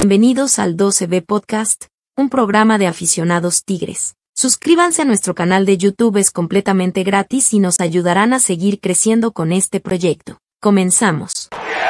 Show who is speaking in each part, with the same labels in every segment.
Speaker 1: Bienvenidos al 12B Podcast, un programa de aficionados tigres. Suscríbanse a nuestro canal de YouTube, es completamente gratis y nos ayudarán a seguir creciendo con este proyecto. Comenzamos.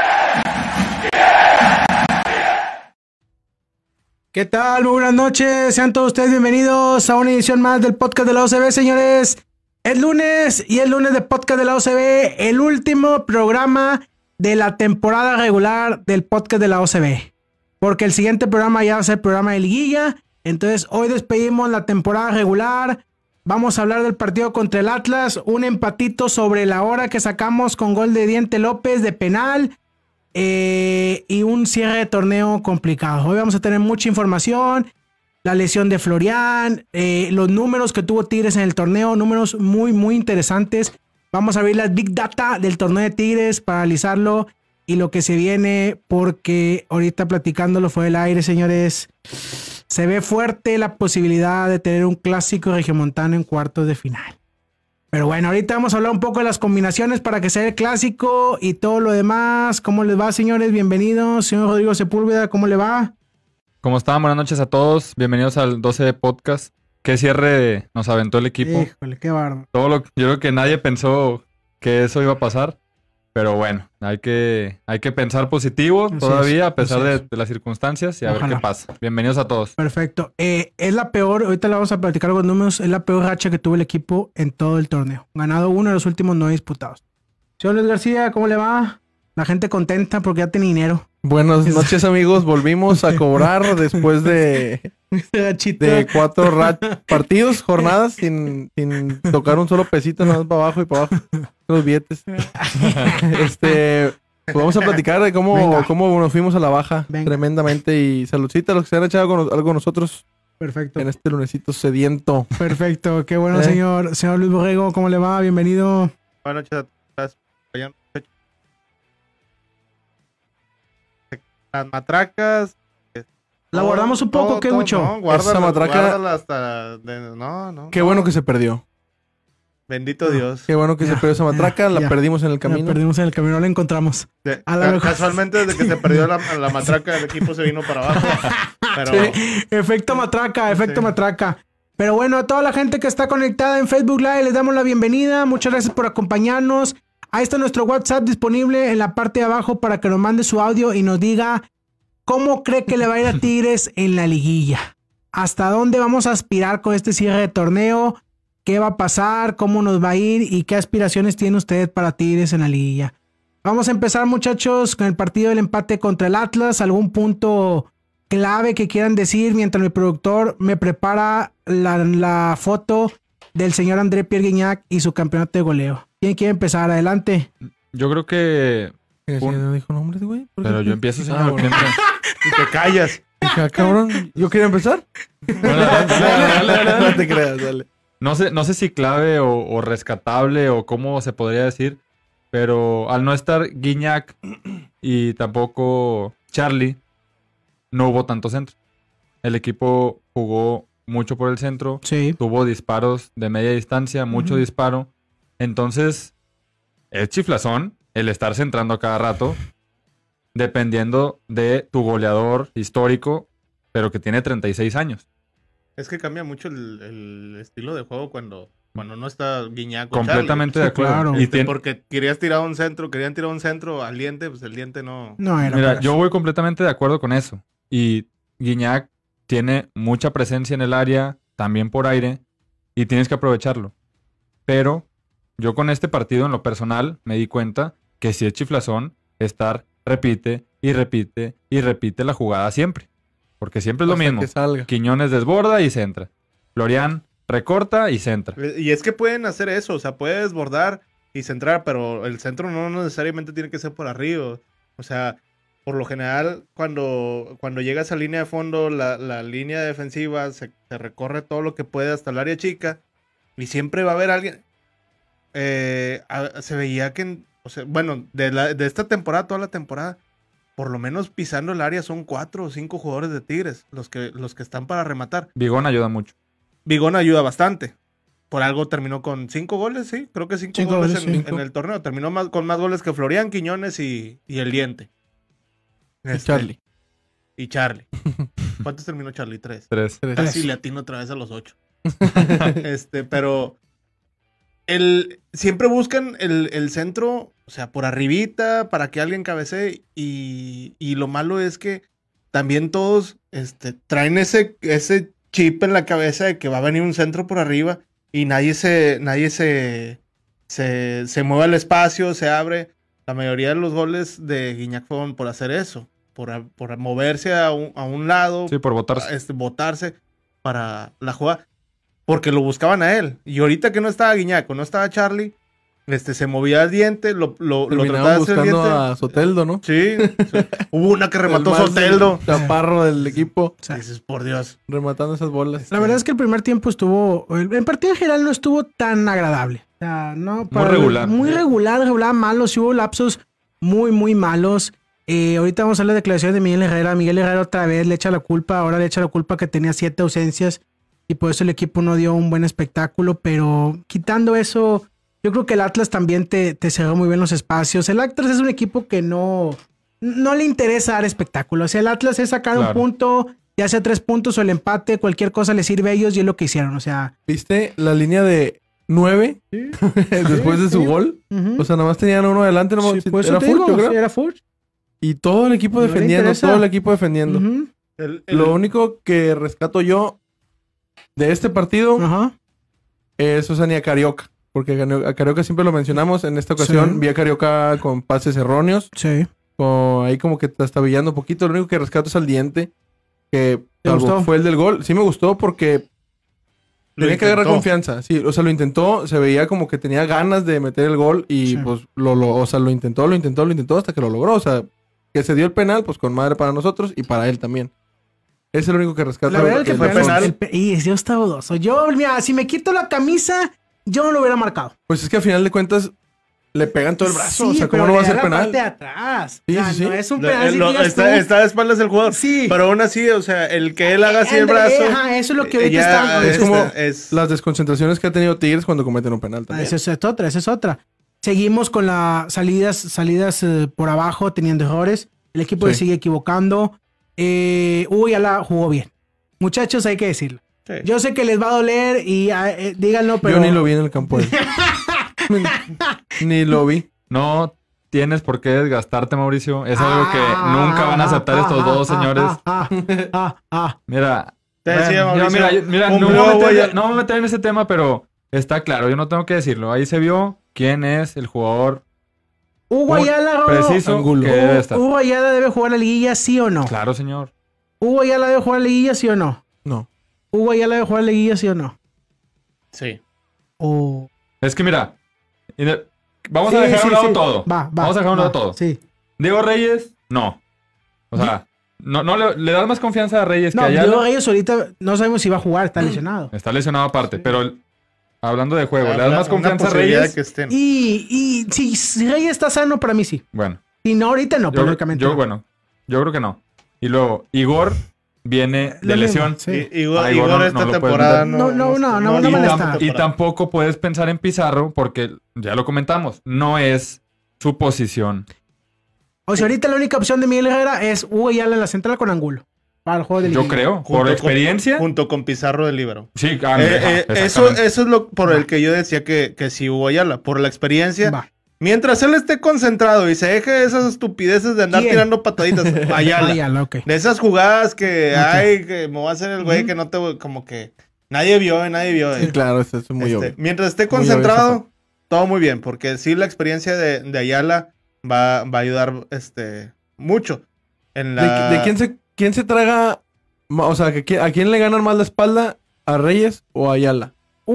Speaker 2: ¿Qué tal? Muy buenas noches, sean todos ustedes bienvenidos a una edición más del podcast de la OCB, señores. Es lunes y el lunes de podcast de la OCB, el último programa de la temporada regular del podcast de la OCB. Porque el siguiente programa ya va a ser el programa de liguilla. Entonces hoy despedimos la temporada regular. Vamos a hablar del partido contra el Atlas. Un empatito sobre la hora que sacamos con gol de Diente López de penal. Y un cierre de torneo complicado. Hoy vamos a tener mucha información. La lesión de Florian. Los números que tuvo Tigres en el torneo. Números muy interesantes. Vamos a ver las Big Data del torneo de Tigres para analizarlo. Y lo que se viene, porque ahorita platicándolo fue del aire, señores. Se ve fuerte la posibilidad de tener un clásico regiomontano en cuartos de final. Pero bueno, ahorita vamos a hablar un poco de las combinaciones para que sea el clásico y todo lo demás. ¿Cómo les va, señores? Bienvenidos. Señor Rodrigo Sepúlveda, ¿cómo le va?
Speaker 3: ¿Cómo están? Buenas noches a todos. Bienvenidos al 12 de Podcast. ¿Qué cierre nos aventó el equipo?
Speaker 2: Híjole, qué bárbaro.
Speaker 3: Yo creo que nadie pensó que eso iba a pasar. Pero bueno, hay que pensar positivo todavía, a pesar de las circunstancias, y a ver qué pasa. Bienvenidos a todos.
Speaker 2: Perfecto. Es la peor, ahorita le vamos a platicar con números, es la peor racha que tuvo el equipo en todo el torneo. Ganado uno de los últimos 9 disputados. Señor Luis García, ¿cómo le va? La gente contenta porque ya tiene dinero.
Speaker 4: Buenas noches, amigos. Volvimos a cobrar después de 4 partidos, jornadas, sin tocar un solo pesito, nada más para abajo y para abajo. Los billetes. Pues vamos a platicar de cómo nos fuimos a la baja. Venga. Tremendamente. Y saludcita a los que se han echado algo con nosotros.
Speaker 2: Perfecto.
Speaker 4: En este lunesito sediento.
Speaker 2: Perfecto. Qué bueno, señor Luis Borrego. ¿Cómo le va? Bienvenido.
Speaker 5: Buenas noches a todos. Las matracas.
Speaker 2: ¿La guardamos un poco? ¿Qué, Gucho?
Speaker 5: No, guárdala,
Speaker 4: esa matraca.
Speaker 5: Guárdala hasta no.
Speaker 4: Qué bueno que se perdió.
Speaker 5: Bendito Dios.
Speaker 4: Qué bueno que se perdió esa matraca. La perdimos en el camino.
Speaker 2: La perdimos en el camino, no la encontramos.
Speaker 5: Casualmente, desde que se perdió la matraca, el equipo se vino para abajo. Pero...
Speaker 2: Sí. Efecto matraca. Pero bueno, a toda la gente que está conectada en Facebook Live, les damos la bienvenida. Muchas gracias por acompañarnos. Ahí está nuestro WhatsApp disponible en la parte de abajo para que nos mande su audio y nos diga cómo cree que le va a ir a Tigres en la liguilla. ¿Hasta dónde vamos a aspirar con este cierre de torneo? ¿Qué va a pasar? ¿Cómo nos va a ir? ¿Y qué aspiraciones tiene usted para Tigres en la liguilla? Vamos a empezar, muchachos, con el partido del empate contra el Atlas. ¿Algún punto clave que quieran decir mientras mi productor me prepara la foto del señor André Pierre Guignac y su campeonato de goleo? ¿Quién quiere empezar? Adelante.
Speaker 3: Yo creo que...
Speaker 4: No dijo nombres, güey.
Speaker 3: Pero yo empiezo, señor.
Speaker 5: Y te callas.
Speaker 4: Cabrón, ¿yo quiero empezar?
Speaker 3: Bueno, dale.
Speaker 4: No te creas, dale.
Speaker 3: No sé si clave o rescatable o cómo se podría decir, pero al no estar Guignac y tampoco Charlie, no hubo tanto centro. El equipo jugó mucho por el centro,
Speaker 2: sí.
Speaker 3: Tuvo disparos de media distancia, mucho disparo. Entonces, es chiflazón el estar centrando a cada rato, dependiendo de tu goleador histórico, pero que tiene 36 años.
Speaker 5: Es que cambia mucho el estilo de juego cuando no está Guignac.
Speaker 3: Completamente de acuerdo.
Speaker 2: Claro.
Speaker 5: Porque querían tirar un centro al Diente, pues el Diente no
Speaker 2: era.
Speaker 3: Mira, yo voy completamente de acuerdo con eso. Y Guignac tiene mucha presencia en el área, también por aire, y tienes que aprovecharlo. Pero yo con este partido en lo personal me di cuenta que si es chiflazón estar repite la jugada siempre. Porque siempre es lo mismo. Quiñones desborda y centra. Florian recorta y centra.
Speaker 5: Y es que pueden hacer eso, o sea, puede desbordar y centrar, pero el centro no necesariamente tiene que ser por arriba. O sea, por lo general, cuando llega a esa línea de fondo, la línea defensiva se recorre todo lo que puede hasta el área chica y siempre va a haber alguien. Se veía que, o sea, bueno, de esta temporada, toda la temporada, por lo menos pisando el área son 4 o 5 jugadores de Tigres los que están para rematar.
Speaker 3: Vigón ayuda mucho.
Speaker 5: Vigón ayuda bastante. Por algo terminó con 5 goles, sí. Creo que 5 goles en el torneo. Terminó con más goles que Florian, Quiñones y el Diente.
Speaker 4: Charlie.
Speaker 5: y Charlie. ¿Cuántos terminó Charlie? 3.
Speaker 3: 3.
Speaker 5: Casi le atino otra vez a los 8. Pero siempre buscan el centro, o sea, por arribita, para que alguien cabecee. Y lo malo es que también todos traen ese chip en la cabeza de que va a venir un centro por arriba y nadie se mueve al espacio, se abre. La mayoría de los goles de Gignac fueron por hacer eso, por moverse a un lado.
Speaker 3: Sí, por botarse.
Speaker 5: Botarse para la jugada, porque lo buscaban a él. Y ahorita que no estaba Gignac o no estaba Charlie, se movía el diente, lo trataba de hacer el diente.
Speaker 4: A Soteldo, ¿no?
Speaker 5: Sí. Hubo una que remató Soteldo.
Speaker 4: Chaparro del equipo.
Speaker 5: Dices, por Dios.
Speaker 4: Rematando esas bolas.
Speaker 2: La verdad es que el primer tiempo el partido en general no estuvo tan agradable. O sea, no,
Speaker 3: muy regular.
Speaker 2: Muy regular, malo. Sí hubo lapsos muy, muy malos. Ahorita vamos a ver las declaraciones de Miguel Herrera. Miguel Herrera otra vez le echa la culpa que tenía 7 ausencias y por eso el equipo no dio un buen espectáculo, pero quitando eso, yo creo que el Atlas también te cerró muy bien los espacios. El Atlas es un equipo que no le interesa dar espectáculo. O sea, el Atlas es sacar un punto, ya sea 3 puntos o el empate, cualquier cosa les sirve a ellos y es lo que hicieron. O sea,
Speaker 4: ¿viste la línea de 9 después de su gol? O sea, nada más tenían uno adelante.
Speaker 2: Era Furch.
Speaker 4: Y todo el equipo defendiendo. Lo único que rescato yo de este partido es Susania Carioca. Porque a Carioca siempre lo mencionamos. En esta ocasión vi a Carioca con pases erróneos.
Speaker 2: Sí.
Speaker 4: Ahí como que trastabillando un poquito. Lo único que rescato es al diente. Que fue el del gol. Sí me gustó porque tenía que agarrar confianza. Sí, o sea, lo intentó. Se veía como que tenía ganas de meter el gol. Y pues lo intentó hasta que lo logró. O sea, que se dio el penal, pues con madre para nosotros y para él también. Es el único que rescato.
Speaker 2: La verdad es que fue penal. Y yo estaba dudoso. Yo, mira, si me quito la camisa, yo no lo hubiera marcado.
Speaker 4: Pues es que al final de cuentas le pegan todo el brazo.
Speaker 2: Sí,
Speaker 4: o sea, ¿cómo no va a ser penal?
Speaker 2: Parte de atrás.
Speaker 4: Sí,
Speaker 2: o sea,
Speaker 4: sí.
Speaker 2: No es un penal.
Speaker 5: Está de espaldas el jugador.
Speaker 2: Sí.
Speaker 5: Pero aún así, o sea, el que él haga así el brazo.
Speaker 2: Eso es lo que ahorita está.
Speaker 4: Es como las desconcentraciones que ha tenido Tigres cuando cometen un penal también.
Speaker 2: Esa es otra. Seguimos con las salidas por abajo, teniendo errores. El equipo se sigue equivocando. Hugo Ayala jugó bien. Muchachos, hay que decirlo. Sí. Yo sé que les va a doler y díganlo, pero...
Speaker 4: Yo ni lo vi en el campo. Ni lo vi.
Speaker 3: No tienes por qué desgastarte, Mauricio. Es algo que nunca van a aceptar estos dos señores. Mira, no me voy a meter en ese tema, pero está claro. Yo no tengo que decirlo. Ahí se vio quién es el jugador
Speaker 2: Hugo Ayala,
Speaker 3: preciso que debe estar.
Speaker 2: ¿Hugo Ayala debe jugar la liguilla, sí o no?
Speaker 3: Claro, señor.
Speaker 2: ¿Hugo Ayala debe jugar la liguilla, sí o no?
Speaker 4: No.
Speaker 2: ¿Hugo Ayala debe jugar la liguilla, sí o no?
Speaker 5: Sí.
Speaker 3: Es que mira, vamos a dejar a un lado todo. Vamos a dejar a un lado todo.
Speaker 2: Sí.
Speaker 3: Diego Reyes, no. O sea, no le das más confianza a Reyes que a Ayala.
Speaker 2: Diego Reyes ahorita no sabemos si va a jugar, está lesionado.
Speaker 3: Está lesionado aparte, pero hablando de juego, ¿le das más confianza a Reyes?
Speaker 5: Que estén.
Speaker 2: Y si Reyes está sano, para mí sí.
Speaker 3: Bueno.
Speaker 2: Si no, ahorita no, lógicamente.
Speaker 3: Yo creo que no. Y luego, Igor viene de lesión.
Speaker 5: Sí. Igor esta temporada
Speaker 3: no. Y tampoco puedes pensar en Pizarro porque, ya lo comentamos, no es su posición.
Speaker 2: O sea, ahorita la única opción de Miguel Herrera es Hugo Ayala en la central con Angulo. Para el juego de
Speaker 3: Yo creo, por experiencia.
Speaker 5: Junto con Pizarro de líbero.
Speaker 3: Sí,
Speaker 5: eso es lo por el que yo decía que sí Hugo Ayala. Por la experiencia. Mientras él esté concentrado y se deje esas estupideces de andar tirando pataditas, Ayala.
Speaker 2: Okay.
Speaker 5: De esas jugadas que que me va a hacer el güey que no te... Como que nadie vio.
Speaker 4: Sí, claro, eso es muy obvio.
Speaker 5: Mientras esté concentrado, todo muy bien. Porque sí, la experiencia de Ayala va a ayudar mucho.
Speaker 4: ¿De quién se traga? O sea, ¿a quién le ganan más la espalda? ¿A Reyes o a Ayala?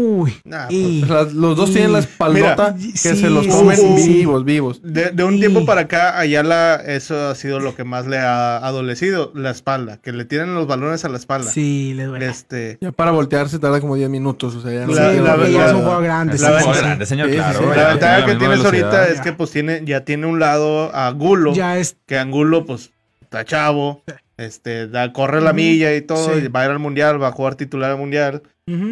Speaker 4: Los dos tienen la espaldota que se los comen vivos.
Speaker 5: De un tiempo para acá, Ayala, eso ha sido lo que más le ha adolecido, la espalda. Que le tiran los balones a la espalda.
Speaker 2: Sí, le duele.
Speaker 4: Ya para voltearse tarda como 10 minutos. O sea, ya no
Speaker 2: ya es un juego grande.
Speaker 3: Es un juego grande, señor, claro.
Speaker 5: La ventaja que tienes ahorita es que pues ya tiene un lado a Angulo. Que Angulo, pues, está chavo. Corre la milla y todo. Y va a ir al mundial, va a jugar titular al mundial.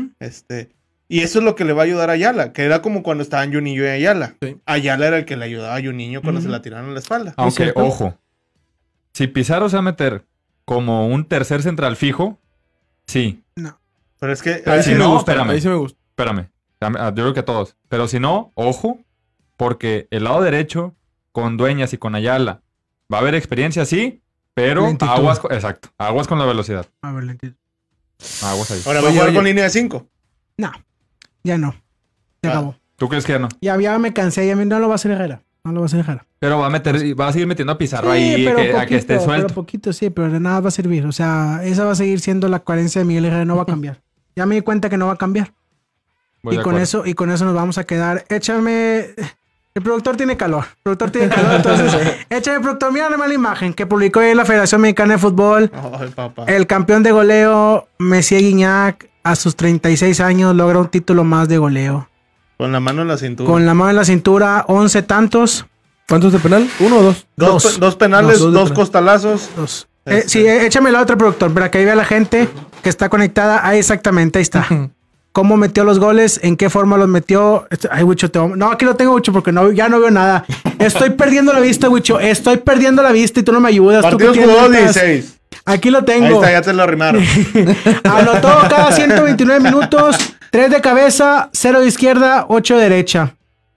Speaker 5: Y eso es lo que le va a ayudar a Ayala, que era como cuando estaban Juninho y Ayala. Sí. Ayala era el que le ayudaba a Juninho cuando se la tiraron en la espalda.
Speaker 3: Aunque, ojo, si Pizarro se va a meter como un tercer central fijo, sí.
Speaker 5: Pero es que...
Speaker 3: Pero si no, espérame.
Speaker 4: Ahí sí me gusta.
Speaker 3: Espérame. Yo creo que a todos. Pero si no, ojo, porque el lado derecho, con Dueñas y con Ayala, va a haber experiencia, sí, pero
Speaker 2: lentitud.
Speaker 3: Exacto, aguas con la velocidad.
Speaker 2: A ver, lentitud.
Speaker 3: Aguas ahí.
Speaker 5: Ahora va a jugar con línea de 5.
Speaker 2: No, ya no. Se acabó.
Speaker 3: ¿Tú crees que ya no?
Speaker 2: Ya me cansé, no lo va a hacer Herrera. No lo va a hacer Herrera.
Speaker 3: Pero va a seguir metiendo a Pizarro
Speaker 2: Sí,
Speaker 3: ahí
Speaker 2: pero
Speaker 3: a que esté
Speaker 2: poquito,
Speaker 3: suelto.
Speaker 2: Pero poquito, sí, pero de nada va a servir. O sea, esa va a seguir siendo la carencia de Miguel Herrera, no va a cambiar. Ya me di cuenta que no va a cambiar.
Speaker 3: Voy
Speaker 2: Y
Speaker 3: de
Speaker 2: con
Speaker 3: acuerdo.
Speaker 2: eso nos vamos a quedar. Échame. El productor tiene calor. Entonces, échame, productor. Mira nomás la imagen que publicó ahí la Federación Mexicana de Fútbol.
Speaker 5: Ay, papá.
Speaker 2: El campeón de goleo, Messier Guignac, a sus 36 años, logra un título más de goleo.
Speaker 5: Con la mano en la cintura.
Speaker 2: Con la mano en la cintura, 11 tantos.
Speaker 4: ¿Cuántos de penal? ¿1 o 2?
Speaker 5: Dos penales,
Speaker 4: Dos de
Speaker 5: dos
Speaker 4: penal.
Speaker 5: costalazos.
Speaker 2: Dos.
Speaker 5: Este.
Speaker 2: Sí, échame la otra, productor, para que ahí vea la gente que está conectada. Ahí exactamente, ahí está. Cómo metió los goles, en qué forma los metió. Ay, Wicho, no, aquí lo tengo, Wicho, porque ya no veo nada. Estoy perdiendo la vista, Wicho. Estoy perdiendo la vista y tú no me ayudas.
Speaker 5: Partidos
Speaker 2: ¿Tú qué
Speaker 5: jugó
Speaker 2: tienes?
Speaker 5: 16.
Speaker 2: Aquí lo
Speaker 5: Ahí
Speaker 2: tengo.
Speaker 5: está, ya te lo arrimaron.
Speaker 2: Anotó cada 129 minutos, 3 de cabeza, 0 de izquierda, 8 de derecha.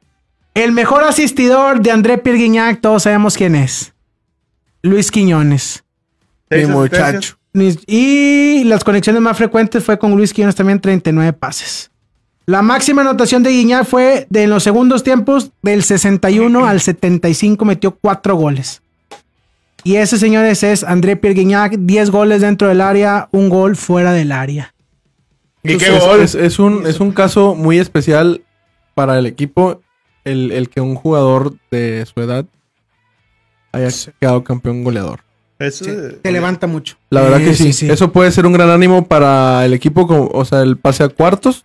Speaker 2: El mejor asistidor de André Pierre Guignac, todos sabemos quién es. Luis Quiñones.
Speaker 4: Mi
Speaker 5: 6 asistencias.
Speaker 4: muchacho.
Speaker 2: Y las conexiones más frecuentes fue con Luis Quiñones también, 39 pases. La máxima anotación de Guignac fue en los segundos tiempos, del 61 al 75, metió 4 goles. Y ese, señores, es André Pierre Guignac, 10 goles dentro del área, 1 gol fuera del área.
Speaker 5: ¿Y qué
Speaker 4: Entonces,
Speaker 5: gol?
Speaker 4: es un caso muy especial para el equipo el que un jugador de su edad haya quedado campeón goleador.
Speaker 5: Eso,
Speaker 2: Te levanta mucho.
Speaker 4: La verdad que sí. Eso puede ser un gran ánimo para el equipo, o sea, el pase a cuartos.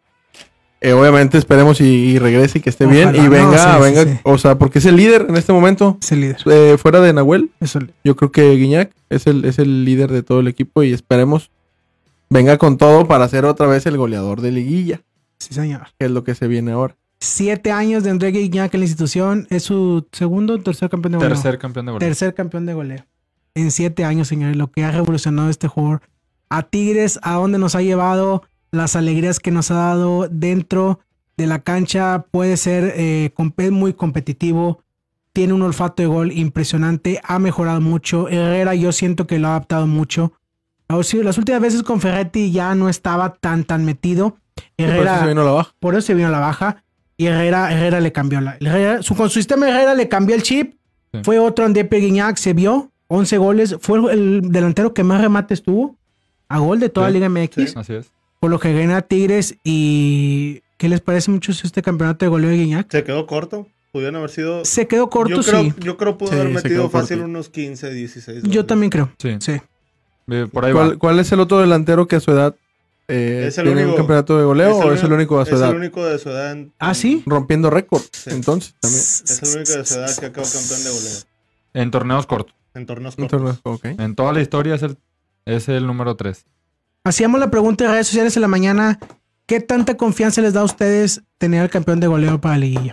Speaker 4: Obviamente esperemos y regrese y que esté
Speaker 2: Ojalá.
Speaker 4: bien. Y venga,
Speaker 2: No, sí,
Speaker 4: venga,
Speaker 2: sí.
Speaker 4: o sea, porque es el líder en este momento.
Speaker 2: Es el líder.
Speaker 4: Fuera de Nahuel,
Speaker 2: Es
Speaker 4: yo creo que Guignac es el líder de todo el equipo y esperemos venga con todo para ser otra vez el goleador de liguilla,
Speaker 2: Sí, señor.
Speaker 4: que es lo que se viene ahora.
Speaker 2: 7 años de André Guignac en la institución. Es su segundo o tercer campeón de goleo.
Speaker 3: Tercer campeón de goleo.
Speaker 2: Tercer campeón de goleo. En 7 años, señores. Lo que ha revolucionado este jugador. A Tigres, a donde nos ha llevado, las alegrías que nos ha dado dentro de la cancha. Puede ser es muy competitivo. Tiene un olfato de gol impresionante. Ha mejorado mucho. Herrera, yo siento que lo ha adaptado mucho. Las últimas veces con Ferretti ya no estaba tan metido.
Speaker 4: Por eso se vino a la baja.
Speaker 2: Por eso se vino a la baja. Y Herrera le cambió con su sistema Herrera le cambió el chip.
Speaker 3: Sí.
Speaker 2: Fue otro André Pierre Guignac, se vio. 11 goles. Fue el delantero que más remates tuvo a gol de toda
Speaker 3: Sí,
Speaker 2: Liga MX.
Speaker 5: sí.
Speaker 3: Así es.
Speaker 2: Por lo que gana Tigres. ¿Y qué les parece mucho este campeonato de goleo de Guignac?
Speaker 5: Se quedó corto. Pudieron haber sido...
Speaker 2: Se quedó corto, sí.
Speaker 5: Yo creo pudo
Speaker 4: Sí,
Speaker 5: haber
Speaker 4: se
Speaker 5: metido
Speaker 4: quedó
Speaker 5: fácil
Speaker 4: corto.
Speaker 5: unos 15, 16
Speaker 2: Yo
Speaker 5: goles.
Speaker 2: también creo.
Speaker 3: Sí.
Speaker 2: Sí.
Speaker 3: Por ahí va.
Speaker 4: ¿Cuál es el otro delantero que a su edad
Speaker 5: Es el
Speaker 4: tiene
Speaker 5: único-
Speaker 4: un campeonato de goleo o es el único a su
Speaker 5: Es
Speaker 4: edad?
Speaker 5: el único de su edad.
Speaker 2: ¿Ah, sí?
Speaker 4: Rompiendo récord.
Speaker 5: Sí.
Speaker 4: Entonces, también.
Speaker 5: Es el único de su edad que ha quedado campeón de goleo.
Speaker 3: En torneos cortos.
Speaker 5: En torneos cortos.
Speaker 4: Entonces, ok.
Speaker 3: En toda la historia es el número 3.
Speaker 2: Hacíamos la pregunta en redes sociales en la mañana. ¿Qué tanta confianza les da a ustedes tener al campeón de goleo para la liguilla?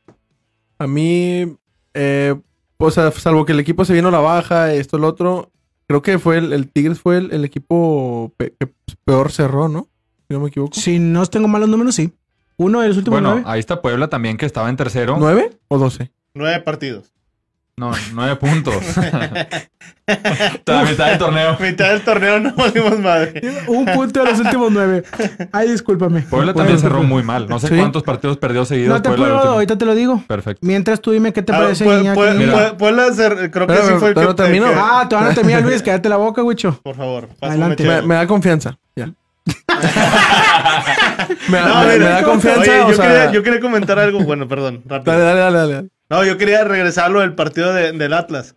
Speaker 4: A mí, o sea, salvo que el equipo se vino a la baja, esto, lo otro, creo que fue el Tigres fue el equipo que peor cerró, ¿no? Si no me equivoco.
Speaker 2: Si no tengo malos números, sí. Uno de los últimos
Speaker 3: Bueno,
Speaker 2: 9.
Speaker 3: ahí está Puebla también que estaba en tercero.
Speaker 4: ¿9 o 12?
Speaker 5: 9 partidos.
Speaker 3: No, 9 puntos. La mitad del torneo.
Speaker 5: Mitad del torneo no valimos madre.
Speaker 2: Un punto de los últimos 9. Ay, discúlpame.
Speaker 3: Puebla también cerró muy mal. No sé
Speaker 4: Sí.
Speaker 3: cuántos partidos perdió seguidos.
Speaker 2: No te
Speaker 3: Puebla del
Speaker 2: puedo,
Speaker 3: último.
Speaker 2: ahorita te lo digo.
Speaker 3: Perfecto.
Speaker 2: Mientras tú dime qué te
Speaker 5: Ah,
Speaker 2: parece,
Speaker 5: Pue-
Speaker 2: Guiñac.
Speaker 5: Pue-
Speaker 3: Mira.
Speaker 5: Pue- Puebla creo que
Speaker 4: Pero,
Speaker 5: sí fue el
Speaker 4: pero
Speaker 5: que...
Speaker 4: terminó.
Speaker 5: que-
Speaker 2: Ah, todavía no termina, Luis. Cállate la boca, Wicho.
Speaker 5: Por favor, pásame
Speaker 2: Adelante.
Speaker 5: chévere.
Speaker 4: Me da confianza. Ya. me,
Speaker 5: No,
Speaker 4: me
Speaker 5: mira,
Speaker 4: da confianza.
Speaker 5: Oye,
Speaker 4: o sea,
Speaker 5: yo quería comentar algo. Bueno, perdón, rápido.
Speaker 4: dale.
Speaker 5: No, yo quería regresar a lo del partido del Atlas.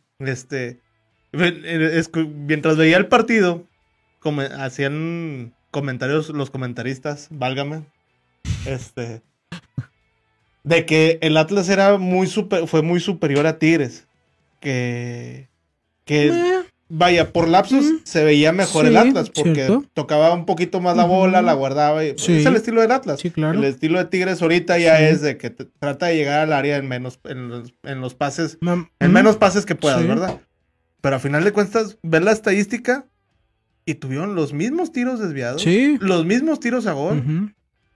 Speaker 5: Mientras veía el partido, hacían comentarios los comentaristas, válgame, de que el Atlas era fue muy superior a Tigres. Que vaya, por lapsos se veía mejor
Speaker 2: sí,
Speaker 5: el Atlas, porque
Speaker 2: cierto.
Speaker 5: tocaba un poquito más la bola, la guardaba.
Speaker 2: Sí.
Speaker 5: Es el estilo del Atlas.
Speaker 2: Sí, claro.
Speaker 5: El estilo de Tigres ahorita ya
Speaker 2: Sí.
Speaker 5: es de que trata de llegar al área en los pases,
Speaker 2: Mam-
Speaker 5: en menos pases que puedas,
Speaker 2: Sí.
Speaker 5: ¿verdad? Pero a final de cuentas, ves la estadística y tuvieron los mismos tiros desviados.
Speaker 2: Sí.
Speaker 5: Los mismos tiros a gol.
Speaker 2: Ujú.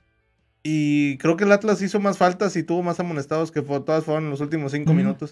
Speaker 5: Y creo que el Atlas hizo más faltas y tuvo más amonestados que todas fueron en los últimos 5 minutos.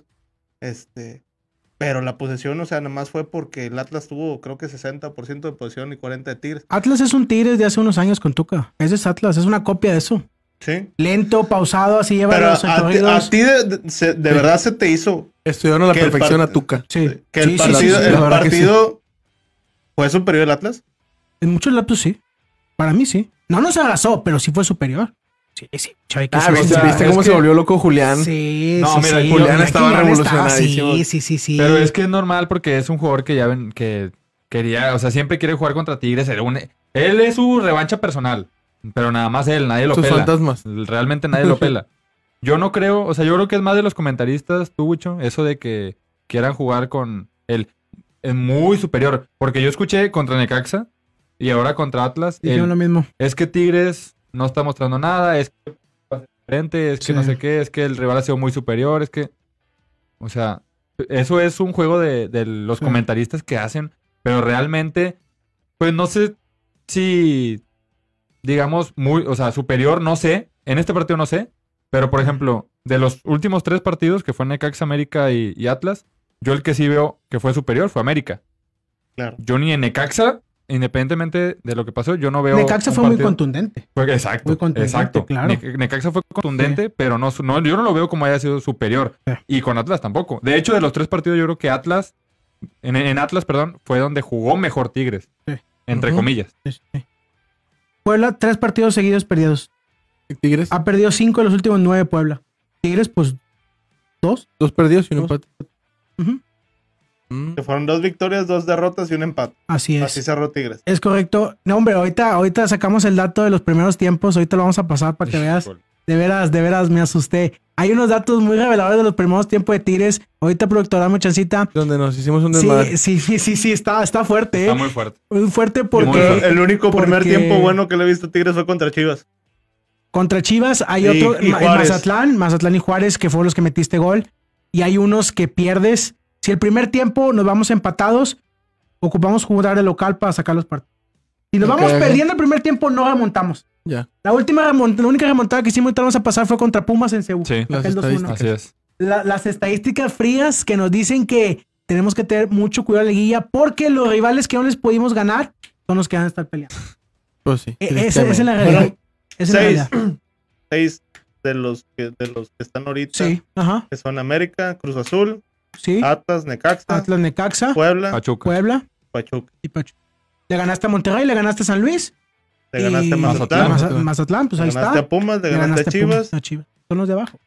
Speaker 5: Pero la posesión, o sea, nada más fue porque el Atlas tuvo, creo que 60% de posesión y 40% de Tigres.
Speaker 2: Atlas es un Tigres de hace unos años con Tuca. Ese es Atlas, es una copia de eso.
Speaker 5: Sí.
Speaker 2: Lento, pausado, así lleva
Speaker 5: Pero
Speaker 2: los recorridos.
Speaker 5: a ti de verdad se te hizo
Speaker 4: Estudiaron a la
Speaker 5: que el
Speaker 4: perfección a
Speaker 5: part-
Speaker 4: Tuca.
Speaker 2: Sí.
Speaker 5: que el
Speaker 2: Sí,
Speaker 5: partido,
Speaker 2: sí,
Speaker 5: el
Speaker 2: la verdad que
Speaker 5: partido fue superior al Atlas.
Speaker 2: sí. En muchos lapsos sí. Para mí sí. No nos arrasó, pero sí fue superior. Sí, sí. Chavi, que sí,
Speaker 4: ¿viste,
Speaker 2: o sea,
Speaker 4: viste
Speaker 3: es
Speaker 4: cómo
Speaker 3: que-
Speaker 4: se volvió loco Julián?
Speaker 2: Sí,
Speaker 3: No,
Speaker 2: sí,
Speaker 3: mira,
Speaker 2: sí.
Speaker 4: Julián
Speaker 2: Mira,
Speaker 4: estaba revolucionadísimo.
Speaker 2: Sí.
Speaker 3: Pero es que es normal porque es un jugador que ya ven que quería, o sea, siempre quiere jugar contra Tigres. Él es su revancha personal, pero nada más él, nadie lo
Speaker 4: Sus
Speaker 3: pela.
Speaker 4: fantasmas.
Speaker 3: Realmente nadie lo pela. Yo no creo, o sea, yo creo que es más de los comentaristas, tú, Wicho, eso de que quieran jugar con él. Es muy superior, porque yo escuché contra Necaxa y ahora contra Atlas.
Speaker 2: Dijeron lo mismo.
Speaker 3: Es que Tigres no está mostrando nada, es que es diferente, es que
Speaker 2: Sí.
Speaker 3: no sé qué, es que el rival ha sido muy superior, es que... O sea, eso es un juego de los
Speaker 2: Sí.
Speaker 3: comentaristas que hacen, pero realmente, pues no sé si, digamos, o sea, superior, no sé, en este partido no sé, pero por ejemplo, de los últimos 3 partidos, que fue Necaxa, América y Atlas, yo el que sí veo que fue superior fue América.
Speaker 5: Claro.
Speaker 3: Yo ni en Necaxa, independientemente de lo que pasó, yo no veo...
Speaker 2: Necaxa
Speaker 3: un
Speaker 2: fue muy
Speaker 3: partido-
Speaker 2: contundente.
Speaker 3: Exacto,
Speaker 2: Muy contundente,
Speaker 3: exacto.
Speaker 2: claro.
Speaker 3: Necaxa fue contundente, pero no, yo no lo veo como haya sido superior.
Speaker 2: Sí.
Speaker 3: Y con Atlas tampoco. De hecho, de los 3 partidos, yo creo que Atlas, en Atlas, perdón, fue donde jugó mejor Tigres.
Speaker 2: Sí.
Speaker 3: Entre
Speaker 4: Ujú.
Speaker 3: comillas.
Speaker 2: Sí. Puebla, 3 partidos seguidos perdidos.
Speaker 4: Tigres,
Speaker 2: Ha perdido 5 de los últimos 9 Puebla. Tigres, pues, 2.
Speaker 4: 2 perdidos y un
Speaker 2: Dos.
Speaker 4: empate.
Speaker 2: Ujú.
Speaker 5: Que fueron 2 victorias, 2 derrotas y un empate.
Speaker 2: Así es.
Speaker 5: Así cerró Tigres.
Speaker 2: Es correcto. No, hombre, ahorita sacamos el dato de los primeros tiempos. Ahorita lo vamos a pasar para que veas. De veras, me asusté. Hay unos datos muy reveladores de los primeros tiempos de Tigres. Ahorita, productor, dame chancita.
Speaker 4: Donde nos hicimos un desmadre.
Speaker 2: Sí, está fuerte,
Speaker 3: Está muy fuerte.
Speaker 2: Muy fuerte porque
Speaker 3: Muy
Speaker 5: El único primer
Speaker 2: porque-
Speaker 5: tiempo bueno que le he visto a Tigres fue contra Chivas.
Speaker 2: contra Chivas hay
Speaker 5: Y-
Speaker 2: otro,
Speaker 5: y
Speaker 2: en
Speaker 5: Juárez.
Speaker 2: Mazatlán y Juárez, que fueron los que metiste gol. Y hay unos que pierdes. Si el primer tiempo nos vamos empatados, ocupamos jugar de local para sacar los partidos. Si nos
Speaker 4: Ok,
Speaker 2: vamos
Speaker 4: ok.
Speaker 2: perdiendo el primer tiempo, no remontamos.
Speaker 4: Ya.
Speaker 2: La única remontada que hicimos, ahorita vamos a pasar, fue contra Pumas en Seúl.
Speaker 3: Sí,
Speaker 4: Las
Speaker 2: Aquel 2-1.
Speaker 3: así es.
Speaker 2: Las estadísticas frías que nos dicen que tenemos que tener mucho cuidado en la liguilla porque los rivales que no les pudimos ganar son los que van a estar peleando.
Speaker 4: Pues sí.
Speaker 2: Esa es la realidad. Esa es la
Speaker 5: 6
Speaker 2: realidad.
Speaker 5: 6 de los que están ahorita.
Speaker 2: Sí, ajá,
Speaker 5: Que son América, Cruz Azul,
Speaker 2: sí.
Speaker 5: Atlas, Necaxa,
Speaker 2: Atlas, Necaxa,
Speaker 5: Puebla,
Speaker 3: Pachuca.
Speaker 2: Puebla
Speaker 5: Pachuca.
Speaker 2: y Pachuca. Le ganaste a Monterrey, le ganaste a San Luis.
Speaker 5: Le ganaste a
Speaker 2: y-
Speaker 5: Mazatlán,
Speaker 2: Mazatlán, pues
Speaker 5: le
Speaker 2: ahí
Speaker 5: ganaste
Speaker 2: está.
Speaker 5: a Pumas, le
Speaker 2: Le
Speaker 5: ganaste a
Speaker 2: Pumas,
Speaker 5: Chivas.
Speaker 2: a Chivas. Son los de abajo.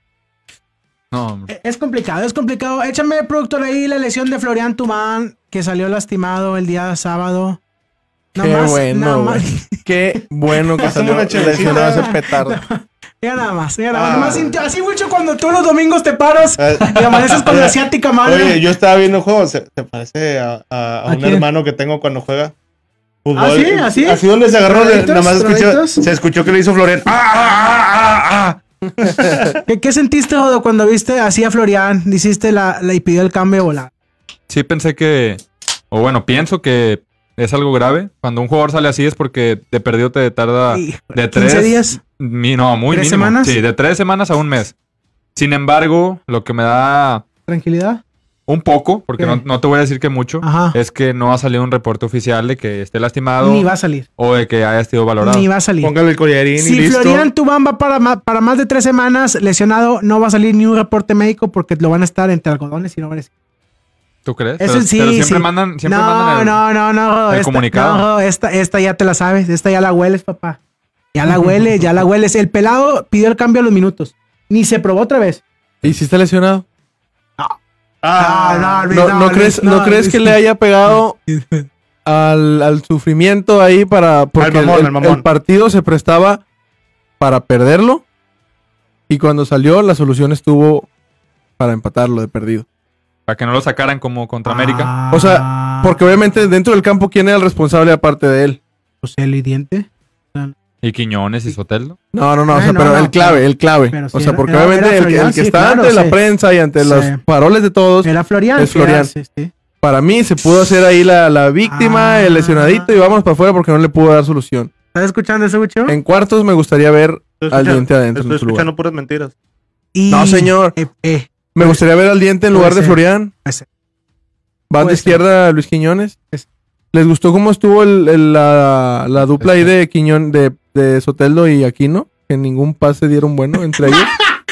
Speaker 3: No, hombre.
Speaker 2: Es complicado, es complicado. Échame, productor, ahí la lesión de Florian Tubán, que salió lastimado el día sábado.
Speaker 4: Qué
Speaker 2: Nada más,
Speaker 4: bueno,
Speaker 2: nada más.
Speaker 4: güey. Qué bueno que
Speaker 5: Pásame
Speaker 4: salió
Speaker 5: una chelecita.
Speaker 4: lesionado ese petardo.
Speaker 2: Mira nada más, mira nada
Speaker 5: Ah.
Speaker 2: más. Nomás sintió- así mucho cuando tú los domingos te paras y amaneces con la asiática madre.
Speaker 5: Oye, yo estaba viendo juegos. ¿Te parece a
Speaker 2: ¿A
Speaker 5: un
Speaker 2: quién?
Speaker 5: hermano que tengo cuando juega fútbol?
Speaker 2: ¿Ah, sí? ¿Así?
Speaker 5: Así donde se agarró.
Speaker 2: ¿Traditos?
Speaker 5: Nada más
Speaker 2: ¿Traditos?
Speaker 5: se escuchó que le hizo Florian. ¡Ah!
Speaker 2: ¿Qué sentiste, Jodo, cuando viste así a Florian? Hiciste y pidió el cambio de volada.
Speaker 3: Sí pensé que, o bueno, pienso que es algo grave. Cuando un jugador sale así es porque de perdido te tarda
Speaker 2: Híjole,
Speaker 3: de
Speaker 2: 15
Speaker 3: 3
Speaker 2: días.
Speaker 3: No, muy
Speaker 2: 3
Speaker 3: mínimo.
Speaker 2: semanas.
Speaker 3: Sí, de 3 semanas a un mes. Sin embargo, lo que me da
Speaker 2: Tranquilidad.
Speaker 3: un poco, porque
Speaker 2: ¿Qué?
Speaker 3: no te voy a decir que mucho,
Speaker 2: Ajá.
Speaker 3: es que no ha salido un reporte oficial de que esté lastimado
Speaker 2: Ni va a salir.
Speaker 3: o de que haya sido valorado.
Speaker 2: Ni va a salir.
Speaker 5: Póngale el collarín y
Speaker 2: Si
Speaker 5: listo.
Speaker 2: Florian Tubán va para más de 3 semanas lesionado, no va a salir ni un reporte médico porque lo van a estar entre algodones y no van a...
Speaker 3: ¿Tú crees?
Speaker 2: Eso
Speaker 3: Pero,
Speaker 2: sí,
Speaker 3: pero siempre
Speaker 2: sí.
Speaker 3: mandan,
Speaker 2: No, no.
Speaker 3: el
Speaker 2: Esta,
Speaker 3: comunicado.
Speaker 2: no, esta ya te la sabes. Esta ya la hueles, papá. Ya la hueles. El pelado pidió el cambio a los minutos. Ni se probó otra vez.
Speaker 4: ¿Y si está lesionado?
Speaker 2: No,
Speaker 4: ¿No crees que le haya pegado al sufrimiento ahí porque
Speaker 5: Al mamón, al mamón.
Speaker 4: el partido se prestaba para perderlo? Y cuando salió, la solución estuvo para empatarlo de perdido.
Speaker 3: Para que no lo sacaran como contra América.
Speaker 4: O sea, porque obviamente dentro del campo, ¿quién era el responsable aparte de él?
Speaker 2: José el Diente.
Speaker 3: Y Quiñones y Soteldo.
Speaker 4: No, o
Speaker 2: Ay,
Speaker 4: sea,
Speaker 2: no,
Speaker 4: pero
Speaker 2: no,
Speaker 4: el clave.
Speaker 2: pero
Speaker 4: O
Speaker 2: sí
Speaker 4: sea,
Speaker 2: era-
Speaker 4: porque
Speaker 2: era
Speaker 4: obviamente el
Speaker 2: Florian,
Speaker 4: que
Speaker 2: sí,
Speaker 4: está
Speaker 2: claro,
Speaker 4: ante la
Speaker 2: sí.
Speaker 4: prensa y ante
Speaker 2: Sí.
Speaker 4: los paroles de todos
Speaker 2: Era Florian.
Speaker 4: es Florian.
Speaker 2: Sí.
Speaker 4: Para mí se pudo hacer ahí la víctima, el lesionadito, y vamos para afuera porque no le pudo dar solución.
Speaker 2: ¿Estás escuchando eso, Wicho?
Speaker 4: En cuartos me gustaría ver al Diente adentro.
Speaker 5: Estoy escuchando puras mentiras.
Speaker 4: No, señor. Me gustaría ver al Diente en lugar de Florian. Banda izquierda, Luis Quiñones. ¿Les gustó cómo estuvo la dupla ahí de Quiñón, de Soteldo y Aquino? Que ningún pase dieron bueno entre ellos.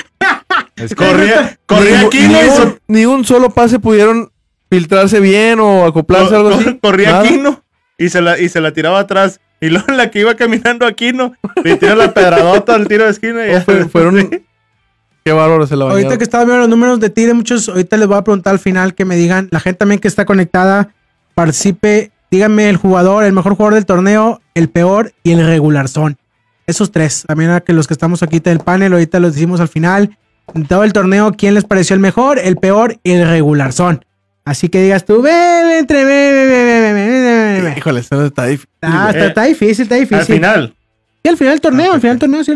Speaker 5: Corría Aquino
Speaker 4: ni un solo pase pudieron filtrarse bien o acoplarse algo así.
Speaker 5: Corría Aquino y se la tiraba atrás. Y luego en la que iba caminando Aquino, le tiró la pedradota al tiro de esquina. Y
Speaker 4: fueron... Qué bárbaro se la bañaron.
Speaker 2: Ahorita que estaba viendo los números de Tigre, muchos, ahorita les voy a preguntar al final que me digan, la gente también que está conectada, participe, díganme el jugador, el mejor jugador del torneo, el peor y el regular son. Esos tres. También a que los que estamos aquí del panel, ahorita los decimos al final. En todo el torneo, ¿quién les pareció el mejor, el peor y el regular son? Así que digas tú,
Speaker 4: híjole, eso está difícil.
Speaker 2: Está difícil.
Speaker 5: Al final.
Speaker 2: Sí, al final del torneo, Y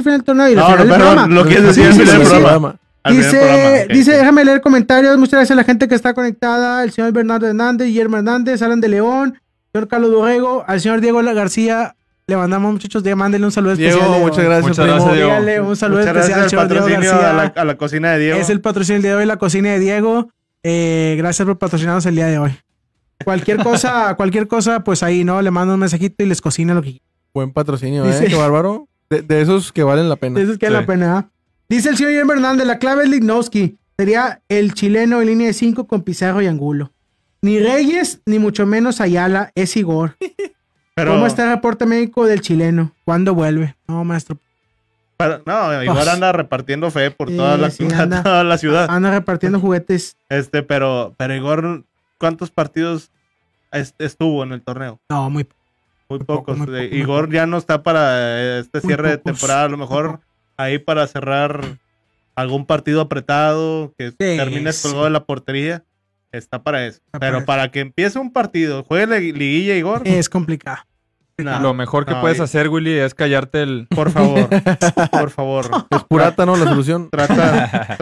Speaker 5: no, lo quieres decir al final del programa.
Speaker 2: Dice, déjame leer comentarios. Muchas gracias a la gente que está conectada. El señor Bernardo Hernández, Guillermo Hernández, Alan de León, señor Carlos Borrego, al señor Diego García. Le mandamos, muchos días, mándenle un saludo
Speaker 4: Diego,
Speaker 2: especial.
Speaker 4: Muchas gracias,
Speaker 2: Dígale un saludo especial al señor Diego García.
Speaker 5: A la cocina de Diego.
Speaker 2: Es el patrocinio del día de hoy, la cocina de Diego. Gracias por patrocinarnos el día de hoy. Cualquier cosa, pues ahí, ¿no? Le mando un mensajito y les cocina lo que quieran.
Speaker 4: Buen patrocinio, qué bárbaro. De esos que valen la pena.
Speaker 2: De esos que valen la pena, ¿eh? Dice el señor Guillermo Hernández, la clave es Lichnowsky. Sería el chileno en línea de 5 con Pizarro y Angulo. Ni Reyes, ni mucho menos Ayala, es Igor. Pero... ¿Cómo está el reporte médico del chileno? ¿Cuándo vuelve? No, maestro.
Speaker 5: Igor anda repartiendo fe por toda la ciudad.
Speaker 2: Anda repartiendo juguetes.
Speaker 5: Pero Igor, ¿cuántos partidos estuvo en el torneo?
Speaker 2: No, muy
Speaker 5: pocos. Igor ya no está para este cierre de temporada. A lo mejor ahí para cerrar algún partido apretado que termine colgado de la portería. Está para eso. Pero para que empiece un partido, juegue liguilla, Igor.
Speaker 2: Es complicado.
Speaker 3: Lo mejor que puedes hacer, Willy, es callarte el...
Speaker 5: Por favor.
Speaker 4: Es purata, ¿no? La solución.
Speaker 5: Trata...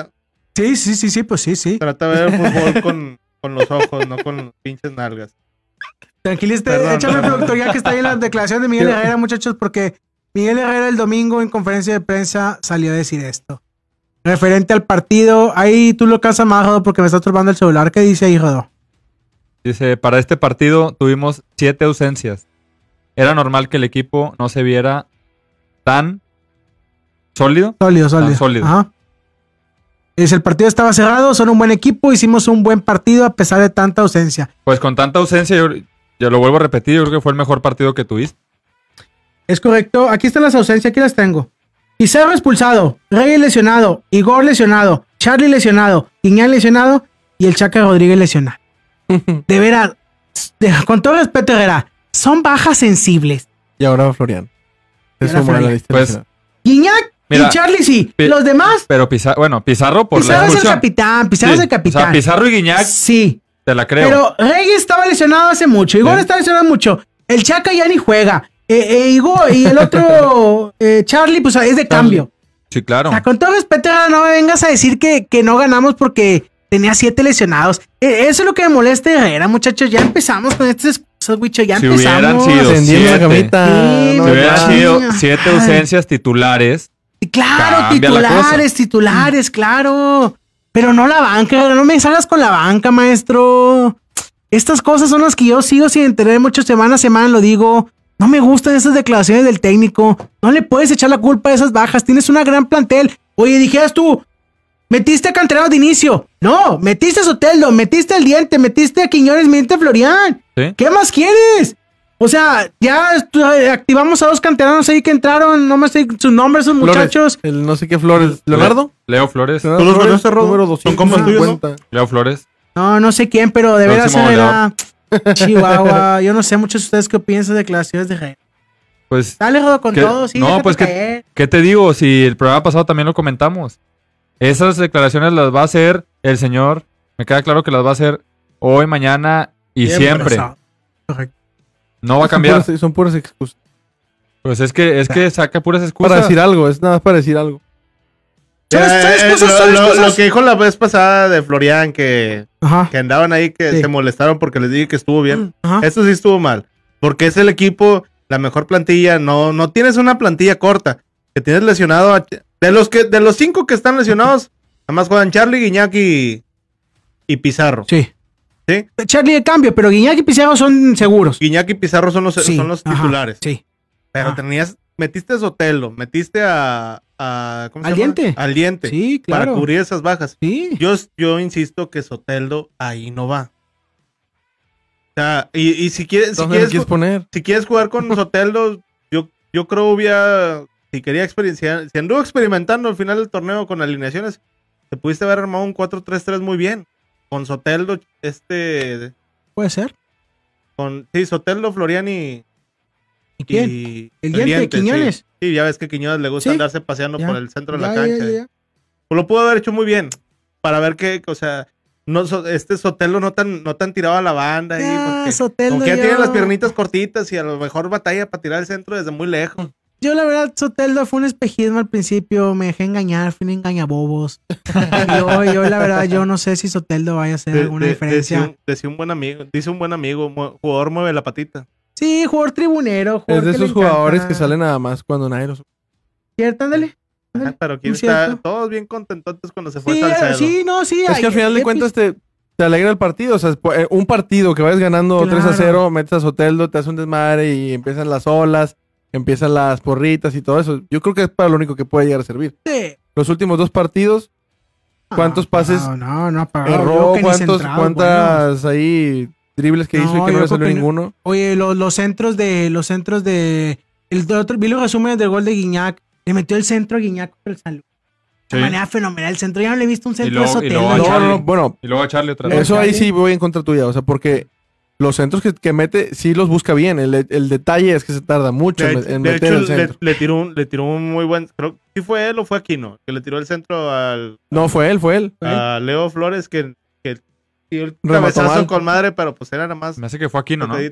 Speaker 2: Sí, pues sí.
Speaker 5: Trata de ver el fútbol con los ojos, no con los pinches nalgas.
Speaker 2: Tranquilízate, échame productoría que está ahí en la declaración de Miguel Herrera, muchachos, porque Miguel Herrera el domingo en conferencia de prensa salió a decir esto. Referente al partido, ahí tú lo casas más, Rodo, porque me está turbando el celular. ¿Qué dice ahí, Rodo?
Speaker 3: Dice, para este partido tuvimos 7 ausencias. Era normal que el equipo no se viera tan sólido.
Speaker 2: Sólido. Ajá. Dice, el partido estaba cerrado, son un buen equipo, hicimos un buen partido a pesar de tanta ausencia.
Speaker 3: Pues con tanta ausencia, yo lo vuelvo a repetir, yo creo que fue el mejor partido que tuviste.
Speaker 2: Es correcto, aquí están las ausencias, aquí las tengo. Pizarro expulsado, Reyes lesionado, Igor lesionado, Charlie lesionado, Guiñán lesionado y el Chaca Rodríguez lesionado. De veras, con todo respeto, Herrera, son bajas sensibles.
Speaker 4: Y ahora Florian.
Speaker 3: Pues,
Speaker 2: Guiñac y Charlie sí, los demás.
Speaker 3: Pero Pizarro por
Speaker 2: Pizarro es el capitán, Pizarro es el capitán.
Speaker 3: O sea, Pizarro y Guiñac.
Speaker 2: Sí.
Speaker 3: Te la creo.
Speaker 2: Pero Reyes estaba lesionado hace mucho, Igor estaba lesionado mucho, el Chaca ya ni juega. Igor y el otro Charlie, pues es de cambio.
Speaker 3: Sí, claro.
Speaker 2: O sea, con todo respeto, no me vengas a decir que no ganamos porque tenía 7 lesionados. Eso es lo que me molesta de Herrera, muchachos. Ya empezamos con estas excusas, Wicho. Ya empezamos.
Speaker 3: Si
Speaker 4: hubieran
Speaker 3: sido 7 ausencias titulares.
Speaker 2: Claro, titulares, claro. Pero no la banca, no me salgas con la banca, maestro. Estas cosas son las que yo sigo sin entender mucho semana a semana, lo digo. No me gustan esas declaraciones del técnico. No le puedes echar la culpa a esas bajas. Tienes una gran plantel. Oye, dijeras tú, metiste a Canteranos de inicio. No, metiste a Soteldo, metiste al Diente, metiste a Quiñones, metiste a Florian.
Speaker 3: ¿Sí?
Speaker 2: ¿Qué más quieres? O sea, ya activamos a 2 canteranos ahí que entraron. No me sé sus nombres, sus muchachos.
Speaker 4: El no sé qué Flores. ¿Leonardo?
Speaker 3: Leo Flores.
Speaker 5: ¿Tú los conoces, número
Speaker 4: 250.
Speaker 3: Leo Flores.
Speaker 2: No sé quién, pero de veras era... Chihuahua, yo no sé muchos de ustedes qué piensan de declaraciones de Rey.
Speaker 3: Pues
Speaker 2: dale, Rodo, con todo, sí.
Speaker 3: No, pues ¿qué te digo? Si el programa pasado también lo comentamos. Esas declaraciones las va a hacer el señor. Me queda claro que las va a hacer hoy, mañana y siempre.
Speaker 2: Correcto.
Speaker 3: No va a cambiar.
Speaker 4: Son puras excusas.
Speaker 3: Pues es que saca puras excusas.
Speaker 4: Para decir algo, es nada más para decir algo.
Speaker 5: Lo que dijo la vez pasada de Florian, que andaban ahí, que se molestaron porque les dije que estuvo bien. Eso sí estuvo mal. Porque es el equipo, la mejor plantilla. No tienes una plantilla corta. Que tienes lesionado. De los 5 que están lesionados, nada más juegan Charlie, Guiñac y Pizarro.
Speaker 2: Sí. Charlie de cambio, pero Guiñac y Pizarro son seguros.
Speaker 5: Guiñac y Pizarro son los titulares.
Speaker 2: Sí.
Speaker 5: Pero metiste a Sotelo, metiste ¿cómo se llama? Al Diente.
Speaker 2: Sí, claro.
Speaker 5: Para cubrir esas bajas.
Speaker 2: Sí.
Speaker 5: Yo insisto que Soteldo ahí no va. O sea, y si quieres jugar con Soteldo, yo creo si quería experienciar, si anduvo experimentando al final del torneo con alineaciones, te pudiste haber armado un 4-3-3 muy bien. Con Soteldo,
Speaker 2: ¿puede ser?
Speaker 5: Soteldo, Florian y...
Speaker 2: ¿Y quién? ¿El Diente, Quiñones?
Speaker 5: Sí, ya ves que Quiñones le gusta andarse paseando por el centro de la cancha. Pues lo pudo haber hecho muy bien. Para ver que, o sea, Soteldo no tan tirado a la banda. Soteldo ya tiene las piernitas cortitas y a lo mejor batalla para tirar el centro desde muy lejos.
Speaker 2: Yo la verdad, Soteldo fue un espejismo al principio, me dejé engañar, fui un engañabobos. yo la verdad, yo no sé si Soteldo vaya a hacer alguna diferencia.
Speaker 5: Dice un buen amigo, jugador mueve la patita.
Speaker 2: Sí, jugador tribunero.
Speaker 4: Es de esos jugadores que salen nada más cuando nadie los...
Speaker 2: ¿Cierto? Ándale.
Speaker 5: Pero aquí está todos bien contentos cuando se fue Salcedo.
Speaker 2: Sí.
Speaker 4: Es que al final de cuentas te alegra el partido. O sea, un partido que vayas ganando 3-0, metes a Soteldo, te hace un desmadre y empiezan las olas. Empiezan las porritas y todo eso. Yo creo que es para lo único que puede llegar a servir.
Speaker 2: Sí.
Speaker 4: Los últimos 2 partidos, ¿cuántos pases
Speaker 2: erró?
Speaker 4: ¿Cuántas ahí dribles que hizo y que no le salió ninguno?
Speaker 2: Oye, los centros de... El otro, vi los resúmenes del gol de Guiñac. Le metió el centro a Guiñac contra el San Luis. De manera fenomenal el centro. Ya no le he visto un centro de Soteldo.
Speaker 4: Bueno,
Speaker 3: y luego a Charlie otra vez.
Speaker 4: Eso ahí sí voy en contra tuya. O sea, porque... Los centros que mete, sí los busca bien. El detalle es que se tarda mucho en meter el centro.
Speaker 5: Le tiró un muy buen... Creo que fue él o fue Aquino, que le tiró el centro al...
Speaker 4: No, fue él.
Speaker 5: A Leo Flores, que dio el cabezazo con madre, pero pues era nada más...
Speaker 3: Me hace que fue Aquino, ¿no?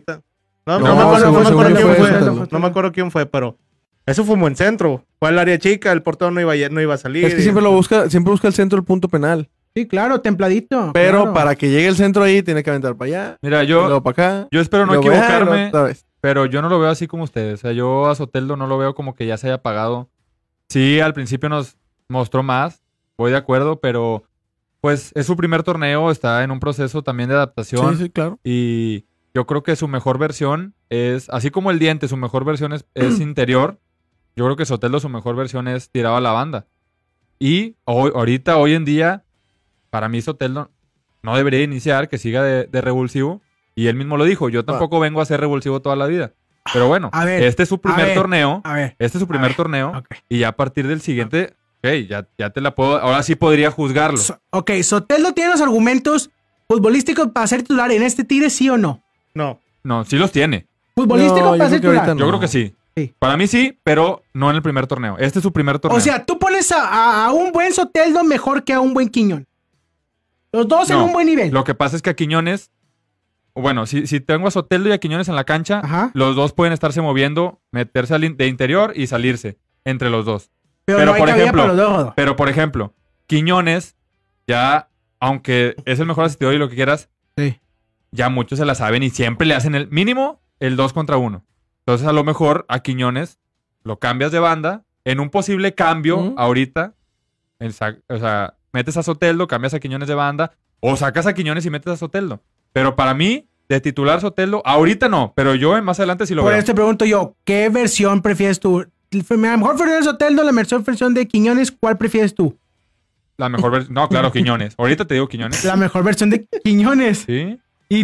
Speaker 5: No me acuerdo quién fue, pero... Eso fue un buen centro. Fue al área chica, el portero no iba a salir.
Speaker 4: Es que siempre busca el centro del punto penal.
Speaker 2: Sí, claro, templadito.
Speaker 4: Pero para que llegue el centro ahí, tiene que aventar para allá.
Speaker 3: Mira,
Speaker 4: luego para acá.
Speaker 3: Yo espero no equivocarme, pero yo no lo veo así como ustedes. O sea, yo a Soteldo no lo veo como que ya se haya apagado. Sí, al principio nos mostró más, voy de acuerdo, pero pues es su primer torneo, está en un proceso también de adaptación.
Speaker 4: Sí, claro.
Speaker 3: Y yo creo que su mejor versión es, así como el Diente, su mejor versión es interior. Yo creo que Soteldo su mejor versión es tirado a la banda. Y hoy en día... Para mí Soteldo no debería iniciar, que siga de revulsivo. Y él mismo lo dijo, yo tampoco vengo a ser revulsivo toda la vida. Pero bueno, este es su primer torneo. Okay. Y ya a partir del siguiente, ya te la puedo... Ahora sí podría juzgarlo.
Speaker 2: ¿Soteldo tiene los argumentos futbolísticos para ser titular en este Tigre, sí o no?
Speaker 3: No, sí los tiene.
Speaker 2: ¿Futbolístico para ser titular?
Speaker 3: Yo creo que sí. Para mí sí, pero no en el primer torneo. Este es su primer torneo.
Speaker 2: O sea, tú pones a un buen Soteldo mejor que a un buen Quiñón. Los dos en un buen nivel.
Speaker 3: Lo que pasa es que a Quiñones, bueno, si tengo a Soteldo y a Quiñones en la cancha, los dos pueden estarse moviendo, meterse de interior y salirse entre los dos. Pero por ejemplo, Quiñones ya, aunque es el mejor asistidor y lo que quieras, ya muchos se la saben y siempre le hacen el mínimo el 2 contra 1. Entonces a lo mejor a Quiñones lo cambias de banda en un posible cambio ahorita, o sea... Metes a Soteldo, cambias a Quiñones de banda, o sacas a Quiñones y metes a Soteldo. Pero para mí, de titular Soteldo, ahorita no, pero yo más adelante sí lo veo.
Speaker 2: Por eso te pregunto yo, ¿qué versión prefieres tú? La mejor versión de Soteldo, la mejor versión de Quiñones, ¿cuál prefieres tú?
Speaker 3: La mejor versión, no, claro, Quiñones. Ahorita te digo Quiñones.
Speaker 2: La mejor versión de Quiñones.
Speaker 3: Sí.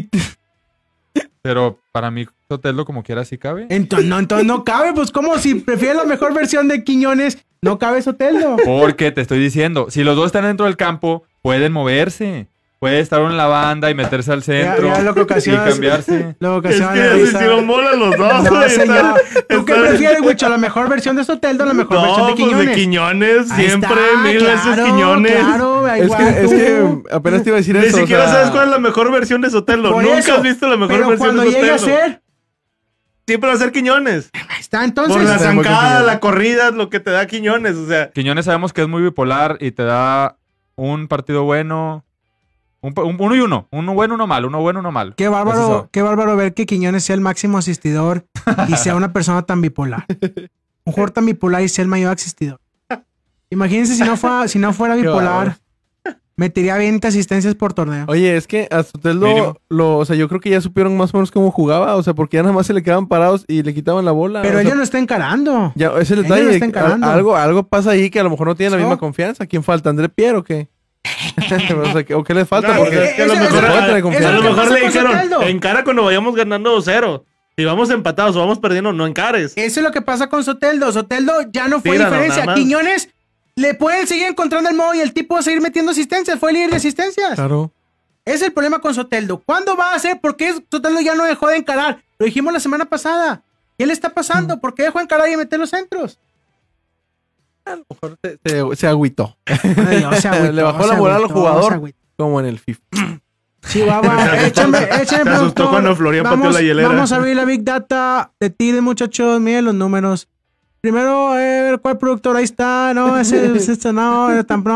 Speaker 3: Pero para mí Soteldo como quiera sí cabe.
Speaker 2: Entonces no cabe, pues ¿cómo? Si prefieres la mejor versión de Quiñones, no cabe Soteldo.
Speaker 3: Porque te estoy diciendo, si los dos están dentro del campo, pueden moverse. Puede estar uno en la banda y meterse al centro y cambiarse.
Speaker 5: Es que ya se hicieron bola los dos.
Speaker 2: No, señor. ¿Tú qué prefieres, Wicho? ¿La mejor versión de Soteldo o la mejor versión de Quiñones?
Speaker 5: Pues de Quiñones, siempre, mil veces Quiñones.
Speaker 2: Claro,
Speaker 4: es que apenas te iba a decir eso.
Speaker 5: Ni siquiera sabes cuál es la mejor versión de Soteldo. Nunca has visto la mejor versión de Soteldo.
Speaker 2: Pero cuando llegue a ser...
Speaker 5: siempre va a ser Quiñones.
Speaker 2: Ahí está, entonces.
Speaker 5: Por la
Speaker 4: Está muy
Speaker 5: zancada,
Speaker 4: confiado.
Speaker 5: la corrida, lo que te da Quiñones, o sea.
Speaker 3: Quiñones sabemos que es muy bipolar y te da un partido bueno, uno y uno. Uno bueno, uno malo, uno bueno, uno malo.
Speaker 2: Qué bárbaro ver que Quiñones sea el máximo asistidor y sea una persona tan bipolar. Un jugador tan bipolar y sea el mayor asistidor. Imagínense si no fuera bipolar, metería 20 asistencias por torneo.
Speaker 4: Oye, es que a
Speaker 3: Mínimo.
Speaker 4: Soteldo, o sea, yo creo que ya supieron más o menos cómo jugaba, o sea, porque ya nada más se le quedaban parados y le quitaban la bola.
Speaker 2: Pero
Speaker 4: o
Speaker 2: ella
Speaker 4: sea,
Speaker 2: no está encarando.
Speaker 4: ya, es el
Speaker 2: ella no
Speaker 4: detalle.
Speaker 2: está encarando.
Speaker 4: Algo pasa ahí que a lo mejor no tiene la
Speaker 2: No.
Speaker 4: misma confianza. ¿Quién falta? ¿André Pierre o qué? O sea, ¿o qué le falta?
Speaker 5: No,
Speaker 4: Porque
Speaker 5: es que a lo
Speaker 2: eso-
Speaker 5: mejor,
Speaker 2: eso-
Speaker 4: falta de confianza.
Speaker 5: a lo
Speaker 2: eso es lo que
Speaker 5: mejor
Speaker 2: pasa
Speaker 5: le
Speaker 2: con
Speaker 5: dijeron,
Speaker 2: Soteldo.
Speaker 5: encara cuando vayamos ganando 2-0. Si vamos empatados o vamos perdiendo, no encares.
Speaker 2: Eso es lo que pasa con Soteldo. Soteldo ya no fue
Speaker 5: Tíralo,
Speaker 2: diferencia.
Speaker 5: nada más.
Speaker 2: Quiñones le pueden seguir encontrando el modo y el tipo va a seguir metiendo asistencias. Fue líder de asistencias.
Speaker 4: Claro.
Speaker 2: Es el problema con Soteldo. ¿Cuándo va a ser? ¿Por qué Soteldo ya no dejó de encarar? Lo dijimos la semana pasada. ¿Qué le está pasando? ¿Por qué dejó de encarar y meter los centros?
Speaker 4: A lo mejor se agüitó.
Speaker 2: Ay, no, se agüitó,
Speaker 4: Le bajó
Speaker 2: se
Speaker 4: la moral al
Speaker 2: agüitó,
Speaker 4: jugador.
Speaker 2: se agüitó.
Speaker 4: Como en el FIFA.
Speaker 2: Sí, va. Échame,
Speaker 5: Se asustó
Speaker 2: productor.
Speaker 5: cuando Florian pateó
Speaker 2: Vamos-
Speaker 5: la hielera.
Speaker 2: Vamos a abrir la Big Data de Tigres, muchachos. Miren los números. Primero, ¿cuál productor? Ahí está. No, ese no.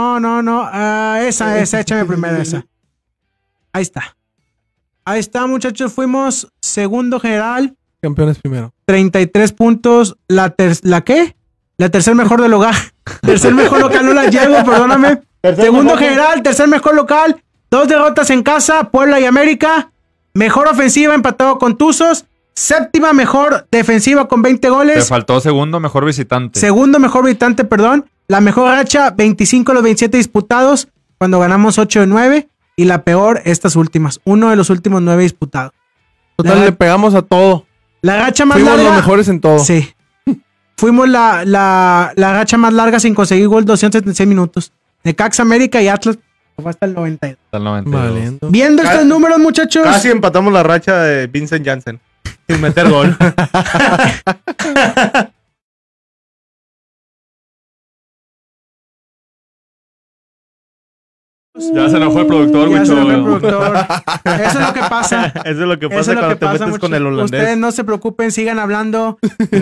Speaker 2: Esa, échame primero esa. Ahí está. Ahí está, muchachos. Fuimos segundo general.
Speaker 4: Campeones primero.
Speaker 2: 33 puntos. ¿La qué? La tercer mejor del hogar. Tercer mejor local, no la llevo, perdóname. Segundo general, tercer mejor local. 2 derrotas en casa, Puebla y América. Mejor ofensiva, empatado con Tuzos. Séptima mejor defensiva con 20
Speaker 3: Te
Speaker 2: goles.
Speaker 3: faltó segundo mejor visitante.
Speaker 2: Segundo mejor visitante, perdón. La mejor racha, 25 de los 27 disputados, cuando ganamos 8 de 9. Y la peor, estas últimas. Uno de los últimos 9 disputados.
Speaker 4: Total,
Speaker 2: La-
Speaker 4: le pegamos a todo.
Speaker 2: La racha más
Speaker 4: Fuimos
Speaker 2: larga.
Speaker 4: los mejores en todo.
Speaker 2: Sí. Fuimos la racha más larga sin conseguir gol, 276 minutos. Necaxa, América y Atlas fue hasta el 92.
Speaker 3: Hasta el 92.
Speaker 4: Valiendo.
Speaker 2: Viendo estos
Speaker 5: Casi-
Speaker 2: números, muchachos.
Speaker 5: Casi empatamos la racha de Vincent Janssen. Sin meter gol.
Speaker 3: Ya se enojó el productor,
Speaker 2: Ya se
Speaker 3: Wicho.
Speaker 2: enojó el productor. Eso es lo que pasa.
Speaker 5: Eso es lo que
Speaker 2: Eso
Speaker 5: pasa
Speaker 2: es lo
Speaker 5: cuando
Speaker 2: que
Speaker 5: te
Speaker 2: pasa,
Speaker 5: metes con
Speaker 2: muchachos.
Speaker 5: el holandés.
Speaker 2: Ustedes no se preocupen, sigan hablando.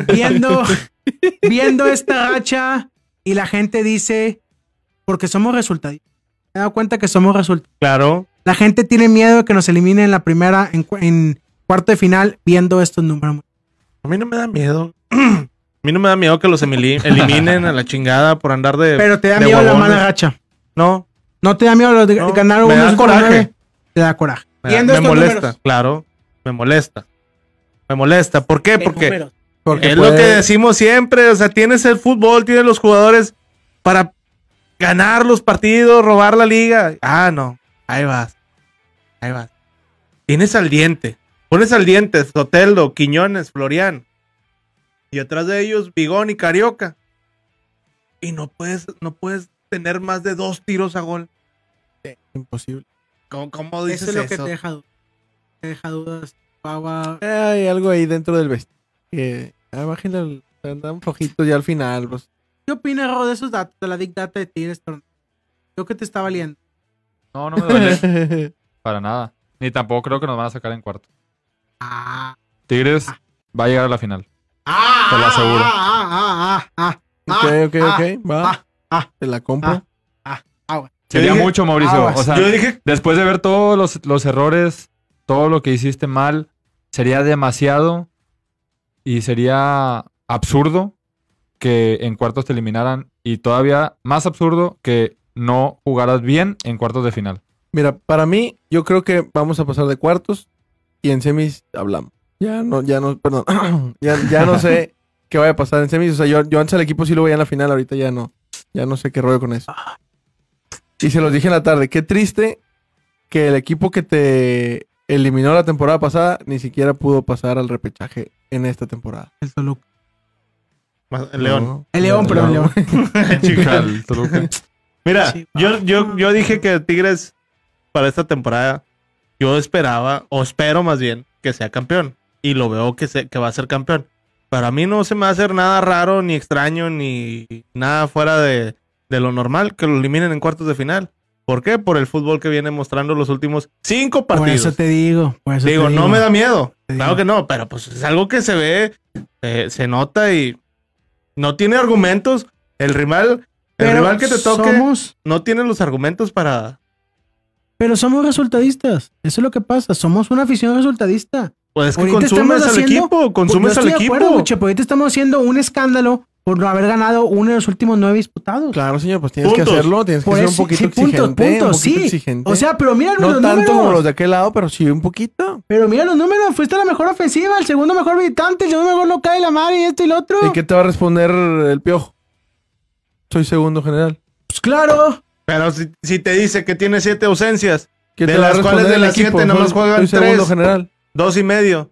Speaker 2: Viendo esta racha y la gente dice, porque somos resultados. Me he dado cuenta que somos resultados.
Speaker 5: Claro.
Speaker 2: La gente tiene miedo de que nos eliminen en la primera, en cuarto de final, viendo estos números.
Speaker 5: A mí no me da miedo. A mí no me da miedo que los eliminen a la chingada por andar de.
Speaker 2: Pero te da
Speaker 5: de
Speaker 2: miedo la
Speaker 5: huevones.
Speaker 2: mala racha.
Speaker 5: No,
Speaker 2: No te da miedo lo de
Speaker 5: No,
Speaker 2: ganar
Speaker 5: me da
Speaker 2: unos
Speaker 5: coraje.
Speaker 2: 9. Te da coraje. Viendo
Speaker 5: me
Speaker 2: estos
Speaker 5: molesta,
Speaker 2: números.
Speaker 5: claro. Me molesta. Me molesta. ¿Por qué?
Speaker 2: ¿Qué
Speaker 5: Porque
Speaker 2: números?
Speaker 4: Porque
Speaker 5: es lo que decimos siempre. O sea, tienes el fútbol, tienes los jugadores para ganar los partidos, robar la liga. Ah, no. Ahí vas. Ahí vas. Tienes al diente. Pones al diente, Soteldo, Quiñones, Florian. Y atrás de ellos, Bigón y Carioca. Y no puedes tener más de 2 tiros a gol.
Speaker 4: Imposible.
Speaker 5: ¿Cómo dices
Speaker 2: Eso es lo que
Speaker 5: eso?
Speaker 2: te deja dudas. Pava.
Speaker 4: Hay algo ahí dentro del vestido. Imagínate, andan flojitos ya al final. Pues.
Speaker 2: ¿Qué opinas, Ro, de esos datos, de la Big Data de Tigres? Creo que te está valiendo.
Speaker 3: No, no me duele. Para nada. Ni tampoco creo que nos van a sacar en cuarto. Tigres va a llegar a la final. Te lo aseguro.
Speaker 4: Ok. Va. Te la compro.
Speaker 3: Sería
Speaker 5: Yo dije-
Speaker 3: mucho, Mauricio. O sea,
Speaker 5: Yo dije,
Speaker 3: después de ver todos los errores, todo lo que hiciste mal, sería demasiado y sería absurdo que en cuartos te eliminaran y todavía más absurdo que no jugaras bien en cuartos de final.
Speaker 4: Mira, para mí, yo creo que vamos a pasar de cuartos y en semis hablamos. Perdón. ya no sé qué vaya a pasar en semis. O sea, yo antes al equipo sí lo veía en la final, ahorita ya no sé qué rollo con eso. Y se los dije en la tarde, qué triste que el equipo que te eliminó la temporada pasada ni siquiera pudo pasar al repechaje en esta temporada.
Speaker 2: El Toluca.
Speaker 5: el León.
Speaker 4: No.
Speaker 2: El León, perdón, León.
Speaker 5: Chica.
Speaker 3: Al Toluca.
Speaker 5: Mira,
Speaker 2: Sí,
Speaker 5: yo dije que Tigres para esta temporada, yo esperaba, o espero más bien, que sea campeón. Y lo veo que va a ser campeón. Para mí no se me va a hacer nada raro, ni extraño, ni nada fuera de lo normal, que lo eliminen en cuartos de final. ¿Por qué? Por el fútbol que viene mostrando los últimos 5 partidos.
Speaker 2: Por eso te digo.
Speaker 5: No me da miedo. Claro que no, pero pues es algo que se ve, se nota y no tiene argumentos. El rival que te toque no tiene los argumentos para...
Speaker 2: Pero somos resultadistas. Eso es lo que pasa. Somos una afición resultadista.
Speaker 5: Pues es que consumes al equipo. Consumes al equipo.
Speaker 2: Mucho, ahorita estamos haciendo un escándalo por no haber ganado uno de los últimos 9 disputados.
Speaker 4: Claro, señor, pues tienes que hacerlo. Tienes que ser un poquito exigente. Exigente.
Speaker 2: O sea, pero mira
Speaker 4: los números. No tanto como los de aquel lado, pero sí un poquito.
Speaker 2: Pero mira los números. Fuiste la mejor ofensiva, el segundo mejor visitante, el segundo mejor local, la madre y esto y lo otro.
Speaker 4: ¿Y qué te va a responder el Piojo? Soy segundo general.
Speaker 2: Pues claro.
Speaker 5: Pero si te dice que tiene 7 ausencias,
Speaker 4: de las cuales de las 7 nada más juegan 3, segundo general. 2.5.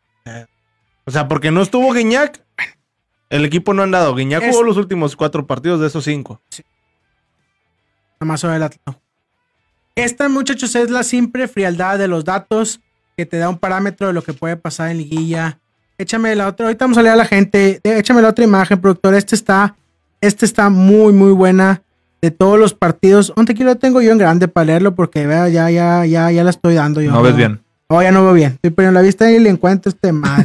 Speaker 5: O sea, porque no estuvo Guiñac, el equipo no ha andado. Guiñac jugó los últimos 4 partidos de esos 5.
Speaker 2: Sí. Nada más sobre el Atlético. Esta, muchachos, es la simple frialdad de los datos que te da un parámetro de lo que puede pasar en liguilla. Échame la otra. Ahorita vamos a leer a la gente. Échame la otra imagen, productor. Este está muy, muy buena. De todos los partidos. Aquí lo tengo yo en grande para leerlo porque vea, ya la estoy dando yo.
Speaker 3: No ves bien.
Speaker 2: Oh, ya no veo bien. Estoy poniendo la vista y le encuentro madre.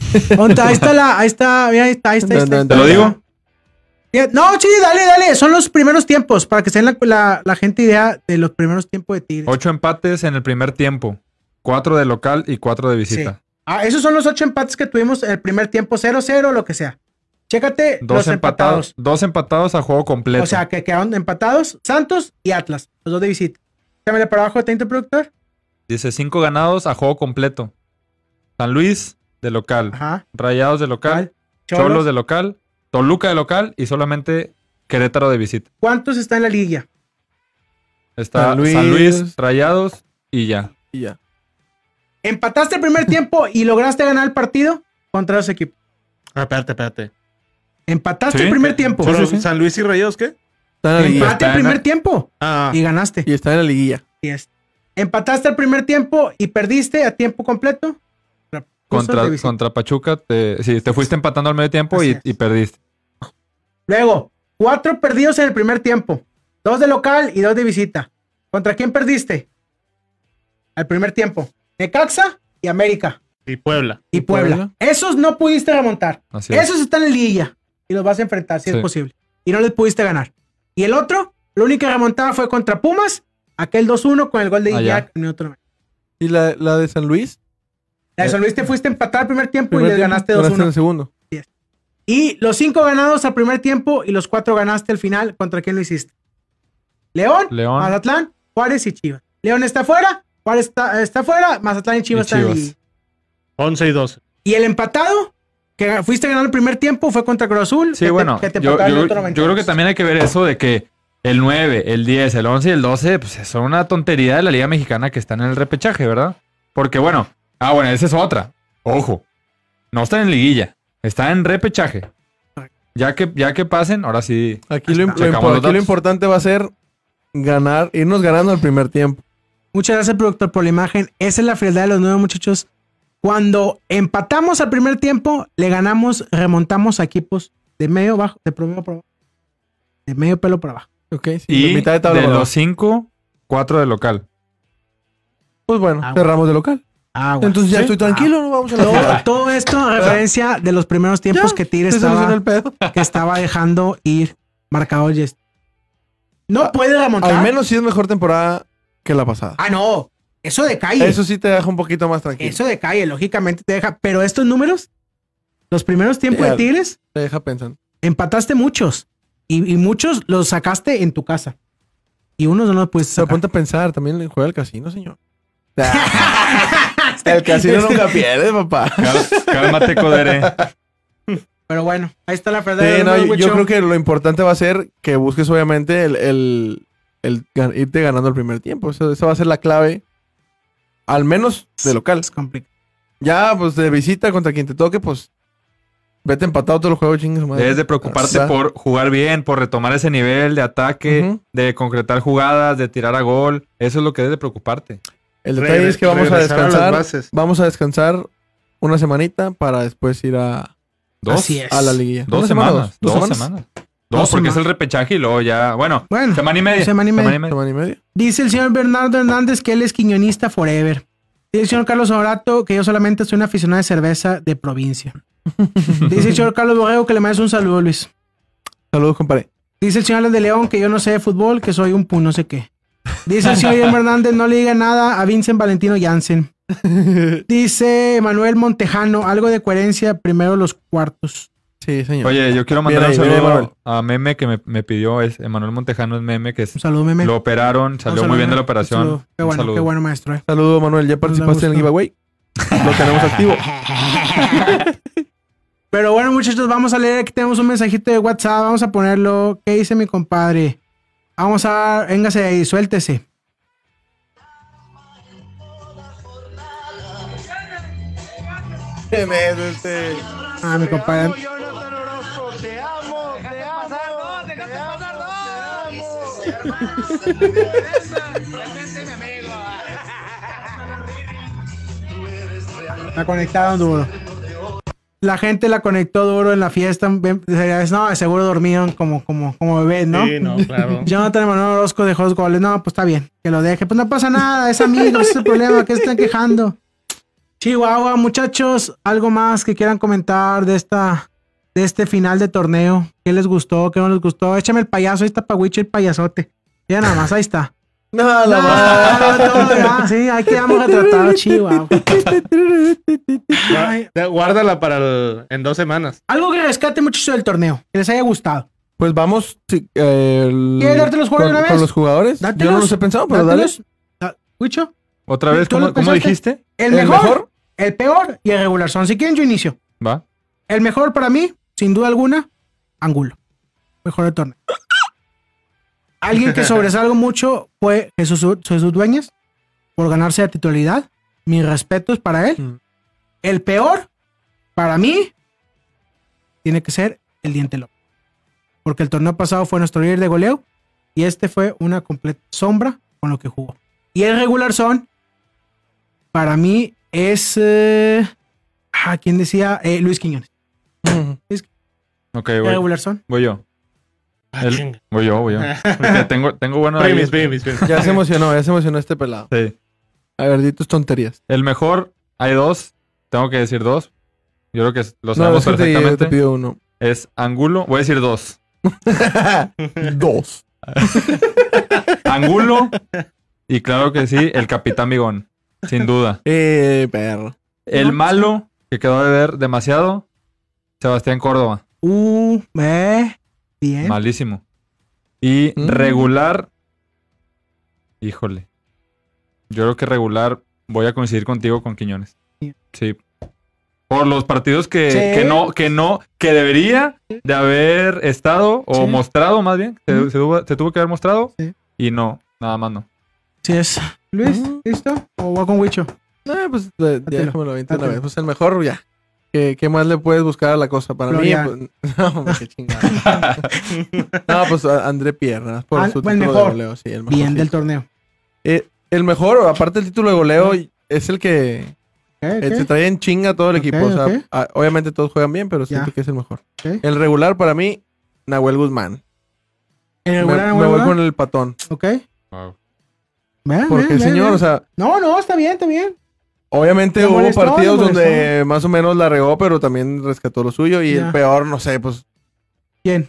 Speaker 2: Ahí está.
Speaker 3: ¿Te lo digo?
Speaker 2: No, sí, dale. Son los primeros tiempos para que se den la gente idea de los primeros tiempos de Tigres.
Speaker 3: 8 empates en el primer tiempo. 4 de local y 4 de visita.
Speaker 2: Sí. Esos son los 8 empates que tuvimos en el primer tiempo. 0-0, lo que sea. Chécate los empatados.
Speaker 3: 2 empatados a juego completo.
Speaker 2: O sea, que quedaron empatados Santos y Atlas. Los 2 de visita. Cámara para abajo, ¿te productor?
Speaker 3: Dice 5 ganados a juego completo. San Luis de local.
Speaker 2: Ajá.
Speaker 3: Rayados de local. Cholos de local. Toluca de local y solamente Querétaro de visita.
Speaker 2: ¿Cuántos está en la liga?
Speaker 3: Está San Luis, Rayados y ya.
Speaker 2: Empataste el primer tiempo y lograste ganar el partido contra los equipos.
Speaker 5: Espérate.
Speaker 2: Empataste el primer tiempo.
Speaker 5: ¿Pero San Luis y Rayados qué?
Speaker 2: Empate el primer tiempo y ganaste.
Speaker 4: Y está en la liguilla.
Speaker 2: Empataste el primer tiempo y perdiste a tiempo completo.
Speaker 3: Contra Pachuca, te fuiste empatando al medio tiempo y perdiste.
Speaker 2: Luego, 4 perdidos en el primer tiempo. 2 de local y 2 de visita. ¿Contra quién perdiste? Al primer tiempo. Necaxa y América.
Speaker 5: Y Puebla.
Speaker 2: Esos no pudiste remontar. Esos están en liguilla. Y los vas a enfrentar si es posible. Y no les pudiste ganar. Y el otro, la única remontada fue contra Pumas. Aquel 2-1 con el gol de Guiñac.
Speaker 4: ¿Y la de San Luis?
Speaker 2: La de San Luis te fuiste a empatar al primer tiempo y les ganaste 2-1.
Speaker 4: En el segundo.
Speaker 2: Y los 5 ganados al primer tiempo y los 4 ganaste al final. ¿Contra quién lo hiciste? León. Mazatlán, Juárez y Chivas. León está fuera, Juárez está fuera, Mazatlán y Chivas están ahí.
Speaker 5: 11 y 12.
Speaker 2: Y el empatado, que fuiste a ganar el primer tiempo, fue contra Cruz Azul.
Speaker 3: Sí, yo creo que también hay que ver eso de que el 9, el 10, el 11 y el 12, pues son una tontería de la Liga Mexicana que están en el repechaje, ¿verdad? Porque esa es otra. Ojo, no están en liguilla, están en repechaje. Ya que pasen, ahora sí.
Speaker 4: Aquí lo importante va a ser irnos ganando el primer tiempo.
Speaker 2: Muchas gracias, productor, por la imagen. Esa es la frialdad de los 9, muchachos. Cuando empatamos al primer tiempo, remontamos a equipos de medio bajo, de promedio por abajo. De medio pelo por abajo.
Speaker 4: Okay,
Speaker 3: y mitad de tabla. De los 5, 4 de local.
Speaker 4: Pues bueno, cerramos de local. Entonces ya estoy tranquilo, no vamos a la
Speaker 2: todo esto en referencia de los primeros tiempos que Tigres estaba dejando ir marcador. No puede remontar.
Speaker 4: Al menos sí es mejor temporada que la pasada.
Speaker 2: No. Eso decae.
Speaker 4: Eso sí te deja un poquito más tranquilo.
Speaker 2: Eso decae, lógicamente te deja. Pero estos números, los primeros tiempos de Tigres,
Speaker 4: te deja pensando.
Speaker 2: Empataste muchos. Y muchos los sacaste en tu casa. Y unos no los pudiste sacar.
Speaker 4: Pero ponte a pensar, también juega el casino, señor. El casino nunca pierde, papá.
Speaker 3: Cálmate, Codere.
Speaker 2: Pero bueno, ahí está la verdad.
Speaker 4: Yo creo que lo importante va a ser que busques, obviamente, el irte ganando el primer tiempo. Eso va a ser la clave. Al menos de local.
Speaker 2: Es complicado.
Speaker 4: Ya, pues de visita contra quien te toque, pues vete empatado todo el juego, chingues madre.
Speaker 3: Debes de preocuparte por jugar bien, por retomar ese nivel de ataque, de concretar jugadas, de tirar a gol. Eso es lo que debes de preocuparte.
Speaker 4: El detalle es que vamos a descansar. Vamos a descansar una semanita para después ir a la liguilla.
Speaker 3: 2 semanas. 2 semanas. Dos, porque es el repechaje y luego ya... Bueno, semana y media.
Speaker 2: Semana y media. Dice el señor Bernardo Hernández que él es quiñonista forever. Dice el señor Carlos Orato que yo solamente soy un aficionado de cerveza de provincia. Dice el señor Carlos Borrego que le mandes un saludo, Luis.
Speaker 4: Saludos, compadre.
Speaker 2: Dice el señor Alan de León que yo no sé de fútbol, que soy un no sé qué. Dice el señor Guillermo Hernández, no le diga nada a Vincent Valentino Janssen. Dice Manuel Montejano, algo de coherencia, primero los cuartos.
Speaker 4: Sí, señor.
Speaker 3: Oye, yo quiero mandar un saludo a Meme que me pidió, es Emanuel Montejano, es Meme, que es,
Speaker 2: un saludo, Meme.
Speaker 3: Lo operaron, salió muy bien de la operación.
Speaker 2: Qué bueno, maestro.
Speaker 4: Saludo, Manuel, ¿ya participaste en el giveaway? Lo tenemos activo.
Speaker 2: Pero bueno, muchachos, vamos a leer. Aquí tenemos un mensajito de WhatsApp. Vamos a ponerlo. ¿Qué dice mi compadre? Vamos a... Véngase ahí, suéltese.
Speaker 4: ¿Quién es este?
Speaker 2: Ah, mi compadre.
Speaker 6: Te amo. Déjate pasar,
Speaker 2: La conectaron duro. La gente la conectó duro en la fiesta. No, seguro dormían como bebés, ¿no?
Speaker 5: Sí, no, claro.
Speaker 2: Jonathan Emanuel Orozco dejó los goles. No, pues está bien, que lo deje. Pues no pasa nada, es amigo, ese es el problema, que se están quejando. Chihuahua, muchachos, algo más que quieran comentar de este final de torneo. ¿Qué les gustó? ¿Qué no les gustó? Échame el payaso, ahí está Pawicho, el payasote. Ya nada más, ahí está.
Speaker 4: No,
Speaker 2: sí, ahí quedamos retratados, Chihuahua.
Speaker 5: Guárdala para en 2 semanas.
Speaker 2: Algo que rescate mucho del torneo, que les haya gustado.
Speaker 4: Pues vamos.
Speaker 2: ¿Quieres darte los jugadores una vez?
Speaker 4: Con los jugadores.
Speaker 2: Dátelos,
Speaker 4: yo no los he pensado, pero dale.
Speaker 2: ¿Wicho?
Speaker 3: Otra vez, ¿cómo dijiste?
Speaker 2: El mejor, el peor y el regular son. Si quieren, yo inicio.
Speaker 3: Va.
Speaker 2: El mejor para mí, sin duda alguna, Angulo. Mejor del torneo. Alguien que sobresalgo mucho fue Jesús Dueñas por ganarse la titularidad. Mis respetos para él. El peor, para mí, tiene que ser el Diente López. Porque el torneo pasado fue nuestro líder de goleo y este fue una completa sombra con lo que jugó. Y el regular son, para mí, es... ¿quién decía? Luis Quiñones.
Speaker 3: Ok,
Speaker 2: el regular son.
Speaker 3: Voy yo. Voy yo. Porque tengo bueno...
Speaker 4: Ya se emocionó este pelado.
Speaker 3: Sí.
Speaker 4: A ver, di tus tonterías.
Speaker 3: El mejor, hay 2. Tengo que decir 2. Yo creo que lo sabemos perfectamente.
Speaker 4: Te pido uno.
Speaker 3: Es Angulo. Voy a decir 2.
Speaker 4: 2.
Speaker 3: Angulo. Y claro que sí, el Capitán Bigón. Sin duda.
Speaker 4: Perro.
Speaker 3: El malo, que quedó de ver demasiado, Sebastián Córdoba.
Speaker 2: Bien.
Speaker 3: Malísimo. Y regular. Híjole. Yo creo que regular voy a coincidir contigo con Quiñones. Sí. Por los partidos que debería de haber estado o mostrado más bien. Se tuvo que haber mostrado.
Speaker 2: Sí.
Speaker 3: Y no, nada más no.
Speaker 2: Sí es. Luis, ¿listo? ¿O va con Wicho?
Speaker 4: Pues ya déjame lo aviento una vez. Pues el mejor ya. ¿Qué más le puedes buscar a la cosa? Para mí, pues, no, qué chingada. No, pues André Pierre, por su título
Speaker 2: mejor.
Speaker 4: De goleo. Sí, el mejor.
Speaker 2: Bien del torneo.
Speaker 4: El mejor, aparte del título de goleo, es el que se trae en chinga todo el equipo. O sea, obviamente todos juegan bien, pero siento que es el mejor. El regular para mí, Nahuel Guzmán.
Speaker 2: ¿El
Speaker 4: regular, me voy con el patón.
Speaker 2: Ok.
Speaker 3: Wow.
Speaker 4: Porque, señor, o sea...
Speaker 2: No, está bien.
Speaker 4: Obviamente hubo partidos donde más o menos la regó, pero también rescató lo suyo. Y el peor, no sé, pues...
Speaker 2: ¿Quién?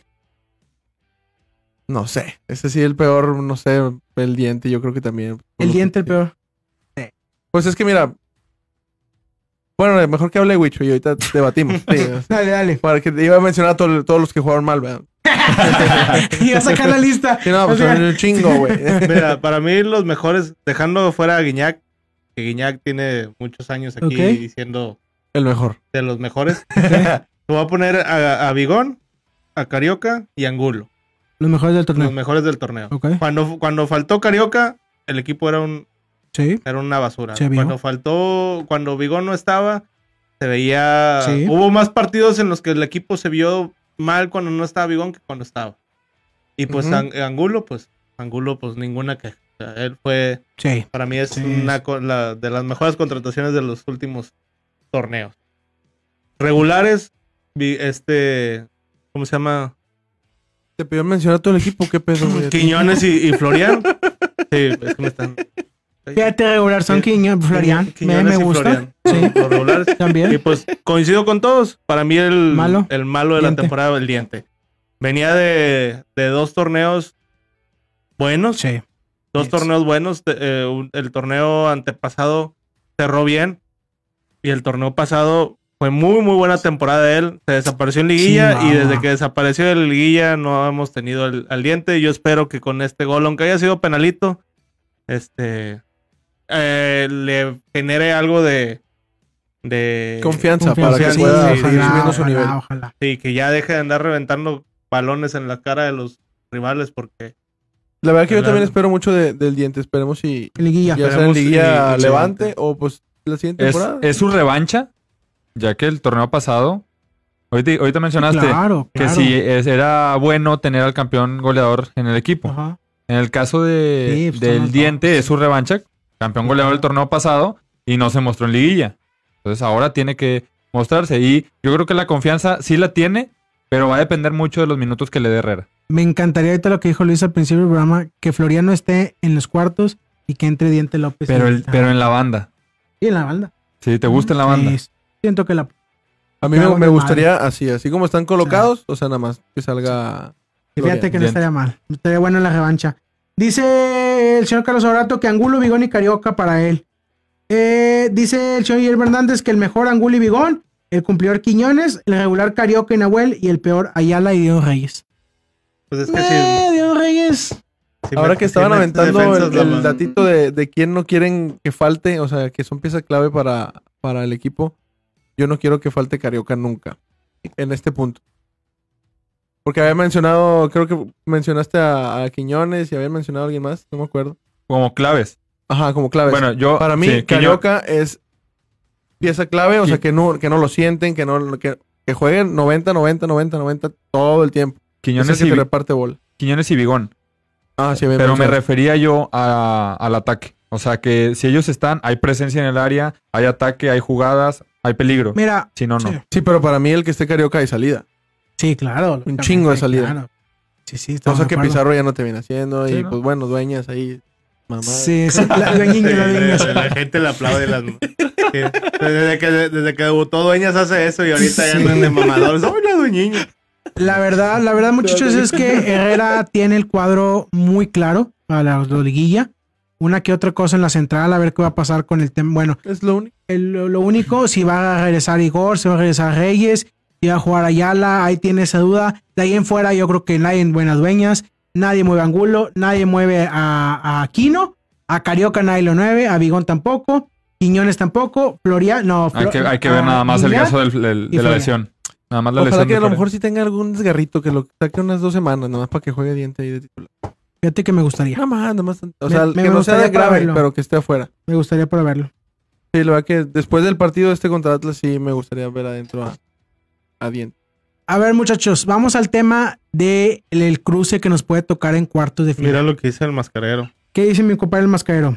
Speaker 4: No sé. Ese sí, el peor, no sé, el Diente, yo creo que también.
Speaker 2: ¿El Diente el peor?
Speaker 4: Sí. Pues es que mira... Bueno, mejor que hable Wicho y ahorita debatimos. Sí,
Speaker 2: dale.
Speaker 4: Para que iba a mencionar a todos los que jugaron mal, ¿verdad?
Speaker 2: Y a sacar la lista.
Speaker 4: Sí, no, pues son un chingo, güey.
Speaker 5: Mira, para mí los mejores, dejando fuera a Guiñac, que Guiñac tiene muchos años aquí siendo
Speaker 4: el mejor.
Speaker 5: De los mejores. Te voy a poner a Bigón, a Carioca y a Angulo.
Speaker 2: Los mejores del torneo.
Speaker 5: Los mejores del torneo.
Speaker 2: Okay.
Speaker 5: Cuando faltó Carioca, el equipo era una basura. Cuando Bigón no estaba, se veía...
Speaker 2: Sí.
Speaker 5: Hubo más partidos en los que el equipo se vio mal cuando no estaba Bigón que cuando estaba. Y pues Angulo, pues ninguna queja. O sea, él fue...
Speaker 2: Sí.
Speaker 5: Para mí es de las mejores contrataciones de los últimos torneos. Regulares, ¿cómo se llama?
Speaker 4: ¿Te pidió mencionar todo el equipo? ¿Qué peso, güey?
Speaker 5: Quiñones y Florian. Sí, es que me están...
Speaker 2: Fíjate, regular son Quiñones, Florian.
Speaker 5: Quiñones
Speaker 2: Me
Speaker 5: y
Speaker 2: gusta.
Speaker 5: Florian.
Speaker 2: Sí.
Speaker 5: Los regulares.
Speaker 2: También.
Speaker 5: Y pues coincido con todos. Para mí el malo de la
Speaker 2: Diente.
Speaker 5: temporada, el Diente. Venía de 2 torneos buenos.
Speaker 2: Sí.
Speaker 5: Dos torneos buenos. El torneo antepasado cerró bien. Y el torneo pasado fue muy, muy buena temporada de él. Se desapareció en liguilla.
Speaker 2: Sí,
Speaker 5: y
Speaker 2: no.
Speaker 5: desde que desapareció en liguilla no hemos tenido al Diente. Yo espero que con este gol, aunque haya sido penalito, le genere algo de
Speaker 4: Confianza para que
Speaker 2: sí,
Speaker 4: pueda
Speaker 5: sí,
Speaker 4: seguir
Speaker 5: sí,
Speaker 4: subiendo su nivel.
Speaker 2: Ojalá.
Speaker 5: Sí, que ya deje de andar reventando balones en la cara de los rivales porque...
Speaker 4: La verdad que yo
Speaker 5: Claro.
Speaker 4: también espero mucho del Diente. Esperemos si
Speaker 2: Liguilla.
Speaker 4: ya sea en
Speaker 5: Esperemos
Speaker 4: liguilla
Speaker 5: y-
Speaker 4: Levante o pues la siguiente temporada.
Speaker 3: Es su revancha, ya que el torneo pasado... Ahorita mencionaste
Speaker 2: Claro,
Speaker 3: que
Speaker 2: claro.
Speaker 3: si era bueno tener al campeón goleador en el equipo.
Speaker 2: Ajá.
Speaker 3: En el caso
Speaker 2: Sí, pues,
Speaker 3: del
Speaker 2: son
Speaker 3: Diente
Speaker 2: todos.
Speaker 3: es su revancha, campeón goleador del torneo pasado y no se mostró en liguilla. Entonces ahora tiene que mostrarse y yo creo que la confianza sí la tiene, pero va a depender mucho de los minutos que le dé Herrera.
Speaker 2: Me encantaría ahorita lo que dijo Luis al principio del programa, que Floriano esté en los cuartos y que entre Diente López.
Speaker 3: Pero,
Speaker 2: y-
Speaker 3: pero en la banda.
Speaker 2: Sí, en la banda.
Speaker 3: Si te gusta en la banda.
Speaker 2: Sí, siento que la...
Speaker 4: A mí
Speaker 2: Claro,
Speaker 4: me
Speaker 2: de
Speaker 4: gustaría así como están colocados, o sea, nada más que salga.
Speaker 2: Fíjate que no
Speaker 3: Diente.
Speaker 2: estaría mal. Estaría bueno en la revancha. Dice el señor Carlos Orato que Angulo, Bigón y Carioca para él. Dice el señor Guillermo Hernández que el mejor Angulo y Bigón, el cumplidor Quiñones, el regular Carioca y Nahuel y el peor Ayala y Diego Reyes.
Speaker 5: Pues es que sí.
Speaker 2: Diego Reyes.
Speaker 5: sí
Speaker 4: Ahora
Speaker 5: me-
Speaker 4: que
Speaker 5: sí
Speaker 4: estaban
Speaker 5: me-
Speaker 4: aventando
Speaker 5: defensas,
Speaker 4: el
Speaker 5: mamá.
Speaker 4: datito de quién no quieren que falte, o sea, que son pieza clave para el equipo, yo no quiero que falte Carioca nunca, en este punto. Porque había mencionado, creo que mencionaste a Quiñones y había mencionado a alguien más, no me acuerdo.
Speaker 3: Como claves.
Speaker 4: Ajá, como claves.
Speaker 3: Bueno, yo...
Speaker 4: Para mí,
Speaker 3: sí,
Speaker 4: Carioca es pieza clave, o sea,
Speaker 3: Sí.
Speaker 4: que no lo sienten, que jueguen 90 todo el tiempo.
Speaker 3: Quiñones,
Speaker 4: Es el
Speaker 3: y,
Speaker 4: que te reparte bola.
Speaker 3: Quiñones y Bigón.
Speaker 4: Ah, sí, había
Speaker 3: Pero me
Speaker 4: mencionado.
Speaker 3: refería yo al ataque. O sea que si ellos están, hay presencia en el área, hay ataque, hay jugadas, hay peligro.
Speaker 2: Mira.
Speaker 3: Si no, no.
Speaker 2: Sí,
Speaker 4: Sí, pero para mí el que esté Carioca hay salida.
Speaker 2: sí, claro.
Speaker 4: Un chingo de salida.
Speaker 2: Claro. Sí, sí, estamos
Speaker 4: Cosa
Speaker 2: de
Speaker 4: que
Speaker 2: acuerdo.
Speaker 4: Pizarro ya no te viene haciendo.
Speaker 3: Sí,
Speaker 4: Y
Speaker 3: ¿no?
Speaker 4: pues bueno, Dueñas ahí. Mamá.
Speaker 2: Sí, sí, la dueñiña, la dueñiña.
Speaker 5: La gente le aplaude las... Sí. Desde que debutó Dueñas hace eso y ahorita ya
Speaker 2: Sí.
Speaker 5: andan de mamadores. ¡Ay, la dueñiña!
Speaker 2: La verdad, muchachos, es que Herrera tiene el cuadro muy claro para la liguilla. Una que otra cosa en la central, a ver qué va a pasar con el tema. Bueno,
Speaker 4: Es lo único.
Speaker 2: lo único, si va a regresar Igor, si va a regresar Reyes, si va a jugar Ayala, ahí tiene esa duda. De ahí en fuera, yo creo que nadie en buenas dueñas, nadie mueve a Angulo, nadie mueve a Aquino, a Carioca nadie lo mueve, a Bigón tampoco, Quiñones tampoco, Florian, no.
Speaker 3: Hay que ver nada más el
Speaker 2: Guiñac,
Speaker 3: caso
Speaker 2: y
Speaker 3: de la
Speaker 2: Florian.
Speaker 3: lesión. Nada más la
Speaker 4: Ojalá
Speaker 3: lesión.
Speaker 4: que
Speaker 3: de
Speaker 4: a lo
Speaker 3: Florian.
Speaker 4: mejor sí tenga algún desgarrito, que lo saque unas 2 semanas, nada más para que juegue Diente ahí de titular.
Speaker 2: Fíjate que me gustaría.
Speaker 4: Nada más. O sea,
Speaker 2: Me
Speaker 4: que no sea
Speaker 2: gustaría
Speaker 4: de
Speaker 2: para
Speaker 4: grave,
Speaker 2: verlo.
Speaker 4: pero que esté afuera.
Speaker 2: Me gustaría para verlo.
Speaker 4: Sí, la verdad que después del partido contra Atlas, sí me gustaría ver adentro a Diente.
Speaker 2: A ver, muchachos, vamos al tema del cruce que nos puede tocar en cuartos de final.
Speaker 5: Mira lo que dice el mascarero.
Speaker 2: ¿Qué dice mi compadre el mascarero?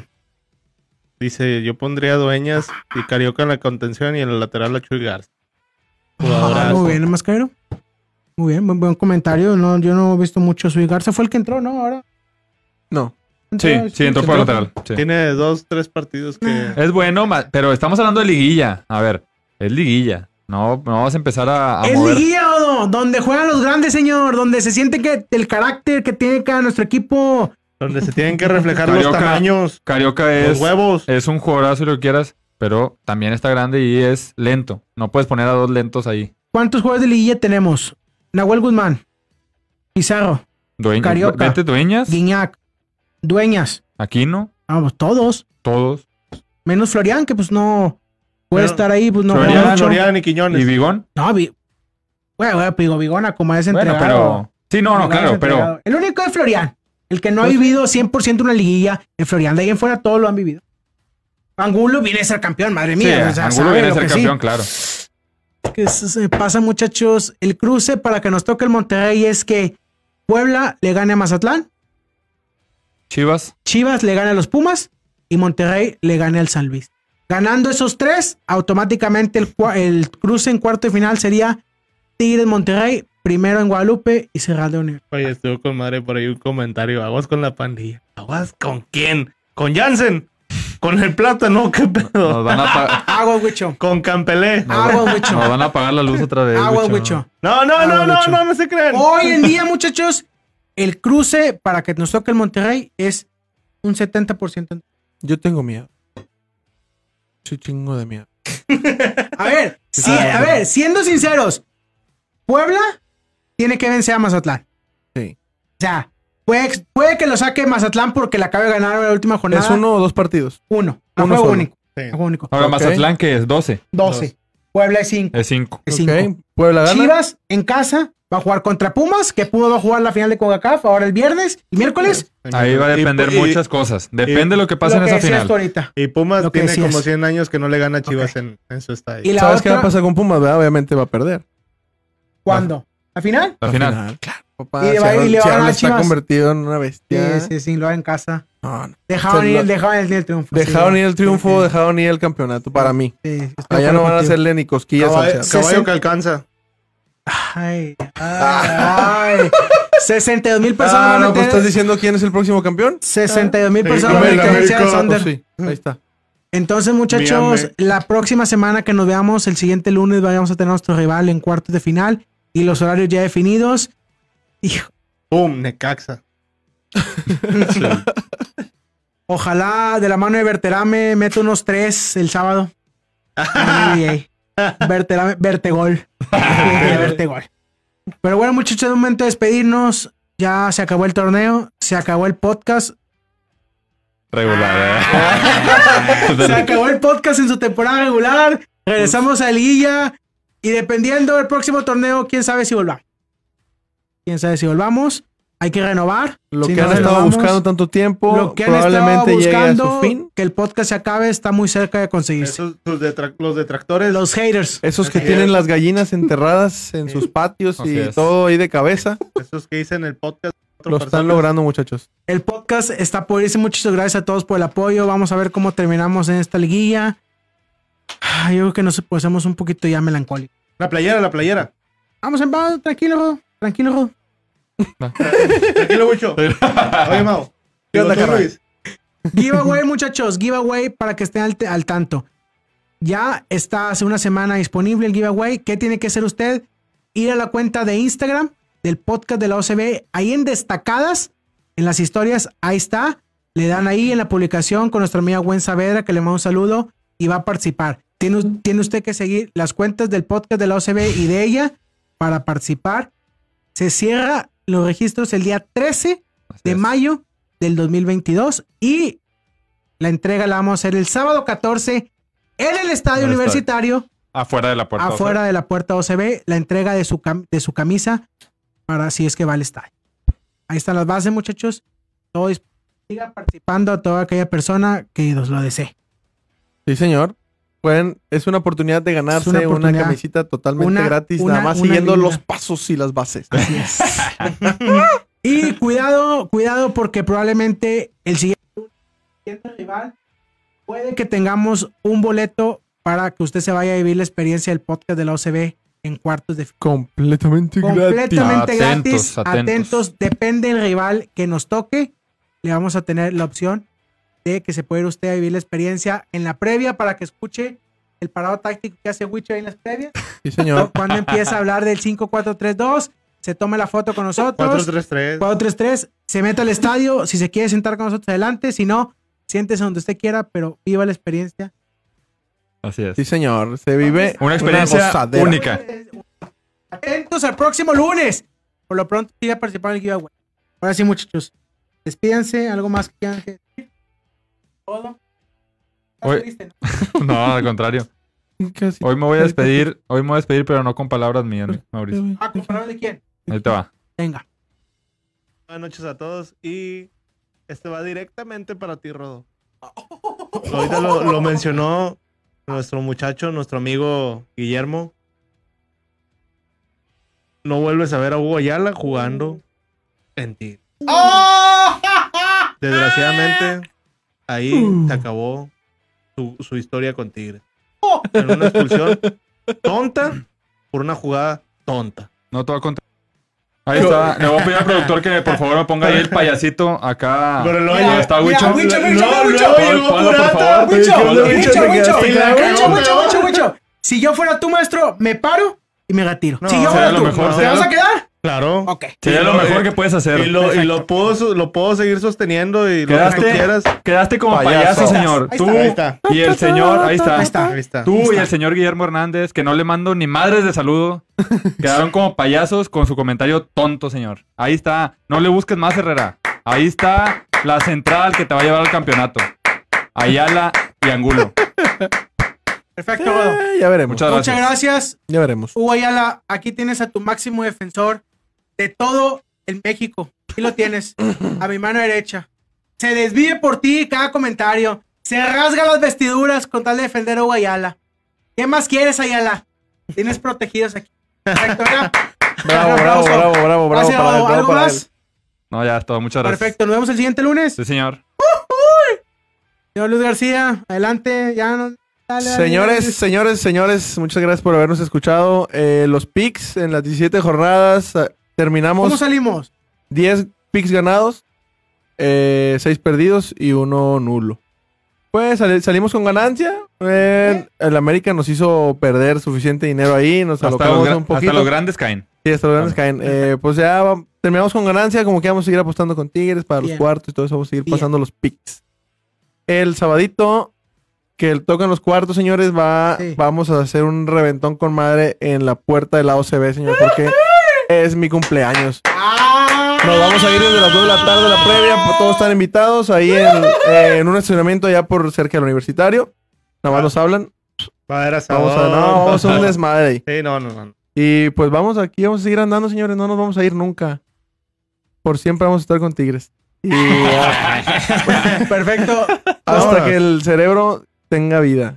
Speaker 5: Dice, yo pondría a Dueñas y Carioca en la contención y en el lateral a Chuy Garza. Jugadorazo.
Speaker 2: Muy bien, el mascarero. Muy bien, buen comentario. No, yo no he visto mucho su Garza. Fue el que entró, ¿no? Ahora.
Speaker 4: No.
Speaker 3: Sí, entró por lateral. Sí.
Speaker 5: Tiene 2-3 partidos que...
Speaker 3: Es bueno, pero estamos hablando de liguilla. A ver, es liguilla. No vamos a empezar a
Speaker 2: Es
Speaker 3: mover.
Speaker 2: liguilla, Odo, donde juegan los grandes, señor. Donde se siente que el carácter que tiene cada nuestro equipo.
Speaker 5: Donde se tienen que reflejar los
Speaker 3: Carioca-
Speaker 5: tamaños,
Speaker 3: Carioca
Speaker 5: los huevos.
Speaker 3: es un jugadorazo y lo que quieras, pero también está grande y es lento. No puedes poner a 2 lentos ahí.
Speaker 2: ¿Cuántos jugadores de liguilla tenemos? Nahuel Guzmán, Pizarro, Carioca.
Speaker 3: Vete Dueñas,
Speaker 2: Guiñac, Dueñas.
Speaker 3: Aquino,
Speaker 2: Vamos, todos.
Speaker 3: todos.
Speaker 2: Menos Florian, que pues no puede
Speaker 5: Pero
Speaker 2: estar ahí, pues no
Speaker 3: Florian,
Speaker 2: juega mucho.
Speaker 5: Florian y Quiñones.
Speaker 3: ¿Y Bigón?
Speaker 2: No, bueno, digo, Bigona, como es
Speaker 3: Bueno,
Speaker 2: entregado.
Speaker 3: pero... Sí, no,
Speaker 2: Bigona
Speaker 3: claro,
Speaker 2: es entregado.
Speaker 3: pero...
Speaker 2: El único es Florian. El que no ha
Speaker 3: Pues-
Speaker 2: vivido 100% una liguilla, el Florian. De ahí en fuera todos lo han vivido. Angulo viene a ser campeón, madre
Speaker 3: Sí,
Speaker 2: mía. o sea,
Speaker 3: Angulo
Speaker 2: sabe
Speaker 3: viene a
Speaker 2: lo
Speaker 3: ser
Speaker 2: que
Speaker 3: campeón,
Speaker 2: sí.
Speaker 3: claro.
Speaker 2: Que eso se pasa, muchachos. El cruce para que nos toque el Monterrey es que Puebla le gane a Mazatlán,
Speaker 3: Chivas,
Speaker 2: Chivas le gane a los Pumas y Monterrey le gane al San Luis. Ganando esos 3, automáticamente el cruce en cuarto de final sería Tigres Monterrey, primero en Guadalupe y cerrar de Universidad.
Speaker 5: Oye, estuvo con madre por ahí un comentario. Aguas con la pandilla. ¿Aguas con quién? ¿Con Jansen? ¿Con el plátano? ¿Qué pedo?
Speaker 3: Nos van a pagar.
Speaker 2: Agua, Huicho.
Speaker 5: ¿Con Campelé?
Speaker 2: Agua, Huicho.
Speaker 3: Nos van a apagar la luz otra vez.
Speaker 2: Agua,
Speaker 3: Wicho.
Speaker 2: Huicho.
Speaker 5: No se crean.
Speaker 2: Hoy en día, muchachos, el cruce para que nos toque el Monterrey es un 70%.
Speaker 4: Yo tengo miedo. Soy chingo de miedo.
Speaker 2: A ver, siendo sinceros, Puebla tiene que vencer a Mazatlán.
Speaker 4: Sí.
Speaker 2: O sea, puede que lo saque Mazatlán porque la acaba de ganar en la última jornada.
Speaker 4: ¿Es 1 o 2 partidos?
Speaker 2: Uno.
Speaker 4: Uno
Speaker 2: Juego
Speaker 4: solo.
Speaker 2: único.
Speaker 5: Sí.
Speaker 2: Juego único.
Speaker 3: Ahora,
Speaker 4: Ok.
Speaker 3: Mazatlán, que es 12.
Speaker 2: 12. Puebla es 5.
Speaker 3: Es 5.
Speaker 2: Es
Speaker 4: Ok.
Speaker 2: 5.
Speaker 4: Puebla gana.
Speaker 2: Chivas en casa va a jugar contra Pumas, que pudo jugar la final de CONCACAF ahora el viernes y miércoles.
Speaker 3: Ahí va a depender muchas cosas. Depende de lo que pase en
Speaker 2: Lo que
Speaker 3: esa
Speaker 2: decías
Speaker 3: final.
Speaker 2: tú ahorita.
Speaker 5: Y Pumas
Speaker 2: Lo que
Speaker 5: tiene
Speaker 2: decías.
Speaker 5: como 100 años que no le gana a Chivas
Speaker 2: Ok.
Speaker 5: en su estadio.
Speaker 2: Y la
Speaker 4: ¿Sabes qué va a
Speaker 2: otra,
Speaker 4: pasar con Pumas? ¿Verdad? Obviamente va a perder.
Speaker 2: ¿cuándo? ¿La final?
Speaker 3: La final.
Speaker 4: Claro, papá.
Speaker 2: Y le va a
Speaker 4: Seattle
Speaker 2: ganar a
Speaker 4: está
Speaker 2: Chivas.
Speaker 4: convertido en una bestia.
Speaker 2: Sí, lo haga en casa.
Speaker 4: No, no.
Speaker 2: Dejaron
Speaker 4: Se
Speaker 2: ir
Speaker 4: lo-
Speaker 2: el triunfo.
Speaker 4: Dejaron
Speaker 2: sí.
Speaker 4: ir el triunfo,
Speaker 2: Sí,
Speaker 4: dejaron ir el campeonato para mí.
Speaker 2: sí, estoy de
Speaker 4: Allá
Speaker 2: acuerdo
Speaker 4: no van a
Speaker 2: contigo.
Speaker 4: hacerle ni cosquillas al
Speaker 5: Caballo,
Speaker 4: Seattle.
Speaker 5: caballo que alcanza.
Speaker 2: Ay. 62,000 personas
Speaker 4: Ah,
Speaker 2: van a
Speaker 4: no, pues
Speaker 2: tener.
Speaker 4: estás diciendo quién es el próximo campeón.
Speaker 2: 62,000
Speaker 5: Sí,
Speaker 2: personas
Speaker 5: como
Speaker 2: van a
Speaker 5: el
Speaker 2: tener
Speaker 5: América,
Speaker 2: el
Speaker 4: Pues
Speaker 2: Thunder.
Speaker 4: sí, ahí está.
Speaker 2: Entonces, muchachos,
Speaker 5: Miami.
Speaker 2: la próxima semana que nos veamos, el siguiente lunes, vamos a tener a nuestro rival en cuartos de final y los horarios ya definidos. Hijo,
Speaker 5: ¡Pum! Necaxa.
Speaker 2: ojalá de la mano de Berterame meta unos 3 el sábado. Berterame, Bertegol. Bertegol. Pero bueno, muchachos, es momento de despedirnos. Ya se acabó el torneo, se acabó el podcast.
Speaker 3: Regular.
Speaker 2: Se acabó el podcast en su temporada regular. Regresamos a Liguilla. Y dependiendo del próximo torneo, quién sabe si volvamos. Quién sabe si volvamos. Hay que renovar.
Speaker 4: Lo
Speaker 2: Si
Speaker 4: que
Speaker 2: no
Speaker 4: han estado
Speaker 2: renovamos,
Speaker 4: buscando tanto tiempo,
Speaker 2: lo que han estado
Speaker 4: probablemente llegue a
Speaker 2: buscando,
Speaker 4: su fin.
Speaker 2: que el podcast se acabe, está muy cerca de conseguirse.
Speaker 5: Los detractores.
Speaker 2: Los haters.
Speaker 4: Esos que
Speaker 5: Así
Speaker 4: tienen
Speaker 5: es.
Speaker 4: las gallinas enterradas en sus patios
Speaker 3: Así
Speaker 4: y
Speaker 3: es.
Speaker 4: todo ahí de cabeza,
Speaker 5: Esos que dicen el podcast.
Speaker 4: lo están logrando, muchachos.
Speaker 2: El podcast está por irse. Muchas gracias a todos por el apoyo. Vamos a ver cómo terminamos en esta liguilla. Yo creo que nos pusimos un poquito ya melancólicos.
Speaker 5: La playera.
Speaker 2: Vamos en paz, tranquilo, Rodo. Tranquilo, Rodo.
Speaker 5: Tranquilo, mucho. Oye, Mau.
Speaker 4: ¿Qué onda,
Speaker 5: Digo, tú,
Speaker 4: carnal?
Speaker 5: Luis.
Speaker 2: Giveaway, muchachos. Giveaway para que estén al tanto. Ya está hace una semana disponible el giveaway. ¿Qué tiene que hacer usted? Ir a la cuenta de Instagram del podcast de la OCB. Ahí en destacadas, en las historias, ahí está. Le dan ahí en la publicación con nuestra amiga Gwen Saavedra, que le mando un saludo y va a participar. Tiene usted que seguir las cuentas del podcast de la OCB y de ella para participar. Se cierra los registros el día 13 de mayo del 2022 y la entrega la vamos a hacer el sábado 14 en el estadio universitario,
Speaker 3: Afuera de la puerta.
Speaker 2: afuera de la puerta OCB, la entrega de su camisa para si es que va al estadio. Ahí están las bases, muchachos. Todos siga participando a toda aquella persona que nos lo desee.
Speaker 4: Sí, señor. Es una oportunidad de ganarse
Speaker 2: una
Speaker 4: una,
Speaker 2: oportunidad.
Speaker 4: camisita totalmente
Speaker 2: Una-
Speaker 4: gratis,
Speaker 2: una-
Speaker 4: nada más
Speaker 2: una
Speaker 4: siguiendo
Speaker 2: linda.
Speaker 4: los pasos y las bases.
Speaker 2: Así es. Y cuidado porque probablemente el siguiente rival puede que tengamos un boleto para que usted se vaya a vivir la experiencia del podcast de la OCB en cuartos de final.
Speaker 4: Completamente gratis.
Speaker 2: Completamente gratis.
Speaker 3: Atentos.
Speaker 2: Atentos. Depende del rival que nos toque. Le vamos a tener la opción de que se pueda ir usted a vivir la experiencia en la previa para que escuche el parado táctico que hace Witcher en las previas.
Speaker 4: Sí, señor.
Speaker 2: Cuando empieza a hablar del 5-4-3-2, se tome la foto con nosotros.
Speaker 5: 4-3-3.
Speaker 2: 4-3-3, se mete al estadio. Si se quiere sentar con nosotros, adelante. Si no, siéntese donde usted quiera, pero viva la experiencia.
Speaker 3: Así es.
Speaker 4: Sí, señor. Se vive
Speaker 3: Una experiencia
Speaker 4: gozadera.
Speaker 3: única.
Speaker 2: Atentos al próximo lunes. Por lo pronto, siga participando en el giveaway. Ahora sí, muchachos. Despídense. ¿Algo más que quieran decir? ¿Todo? ¿Estás
Speaker 3: Oye.
Speaker 2: triste, no?
Speaker 3: No, al contrario.
Speaker 4: Casi-
Speaker 3: Hoy me voy a despedir, pero no con palabras mías, Mauricio.
Speaker 2: Ah, ¿con palabras de quién?
Speaker 3: Ahí te va.
Speaker 2: Venga.
Speaker 5: Buenas noches a todos y este va directamente para ti, Rodo. Ahorita lo mencionó nuestro muchacho, nuestro amigo Guillermo. No vuelves a ver a Hugo Ayala jugando en ti. Desgraciadamente, ahí se acabó su historia con Tigres. En una expulsión tonta por una jugada tonta.
Speaker 3: No te voy a contar Ahí está. Le voy a pedir al productor que por favor me ponga ahí el payasito acá.
Speaker 5: Pero lo
Speaker 3: ¿Dónde está Huicho?
Speaker 2: Huicho. Si yo fuera tu maestro, me paro y me retiro.
Speaker 5: No,
Speaker 2: si yo
Speaker 3: sería
Speaker 2: fuera
Speaker 3: lo
Speaker 2: tú,
Speaker 3: mejor,
Speaker 2: ¿te
Speaker 3: sería
Speaker 2: vas a
Speaker 3: lo-
Speaker 2: quedar?
Speaker 5: Claro.
Speaker 2: Ok.
Speaker 3: Sería lo mejor que puedes hacer.
Speaker 5: Y lo puedo seguir sosteniendo y lo que tú quieras.
Speaker 3: Quedaste como
Speaker 4: Payaso.
Speaker 3: payaso, señor.
Speaker 2: Ahí
Speaker 3: Tú
Speaker 5: Ahí está.
Speaker 3: y el señor, ahí está.
Speaker 5: Ahí está.
Speaker 3: Tú y el señor Guillermo Hernández, que no le mando ni madres de saludo, quedaron como payasos con su comentario tonto, señor. Ahí está. No le busques más, Herrera. Ahí está la central que te va a llevar al campeonato. Ayala y Angulo.
Speaker 2: Perfecto, Rodo.
Speaker 4: Ya veremos.
Speaker 3: Muchas
Speaker 2: Muchas gracias.
Speaker 4: Ya veremos.
Speaker 2: Hugo Ayala, aquí tienes a tu máximo defensor de todo el México. Aquí lo tienes, a mi mano derecha. Se desvíe por ti cada comentario. Se rasga las vestiduras con tal de defender a Hugo Ayala. ¿Qué más quieres, Ayala? Tienes protegidos aquí. Perfecto, ¿verdad?
Speaker 4: Bravo.
Speaker 2: Gracias,
Speaker 4: para él,
Speaker 2: Rodo.
Speaker 4: bravo
Speaker 2: ¿Algo
Speaker 4: para
Speaker 2: más?
Speaker 4: él.
Speaker 3: No, ya es todo. Muchas gracias.
Speaker 2: Perfecto, nos vemos el siguiente lunes.
Speaker 3: Sí, señor.
Speaker 2: Señor Luis García, adelante. Ya no... Dale.
Speaker 4: Señores, muchas gracias por habernos escuchado. Los picks en las 17 jornadas terminamos
Speaker 2: ¿Cómo salimos?
Speaker 4: 10 picks ganados, 6 perdidos y 1 nulo. Pues salimos con ganancia. El América nos hizo perder suficiente dinero ahí, nos alocamos un poquito.
Speaker 3: Hasta los grandes caen.
Speaker 4: Sí, hasta los grandes caen. Pues ya terminamos con ganancia, como que vamos a seguir apostando con Tigres para los
Speaker 2: Bien.
Speaker 4: cuartos y todo eso, vamos a seguir
Speaker 2: Bien.
Speaker 4: pasando los picks. El sabadito que tocan los cuartos, señores,
Speaker 2: Sí.
Speaker 4: vamos a hacer un reventón con madre en la puerta de la OCB, señor, porque es mi cumpleaños. Nos vamos a ir desde las 2 de la tarde a la previa, pues, todos están invitados ahí en un estacionamiento allá por cerca del universitario. Nada más nos hablan.
Speaker 5: Va a haber asador.
Speaker 4: Vamos a hacer un desmadre ahí.
Speaker 5: Sí, no.
Speaker 4: Y pues vamos a seguir andando, señores. No nos vamos a ir nunca. Por siempre vamos a estar con Tigres. Y
Speaker 2: Perfecto.
Speaker 4: hasta que el cerebro tenga vida.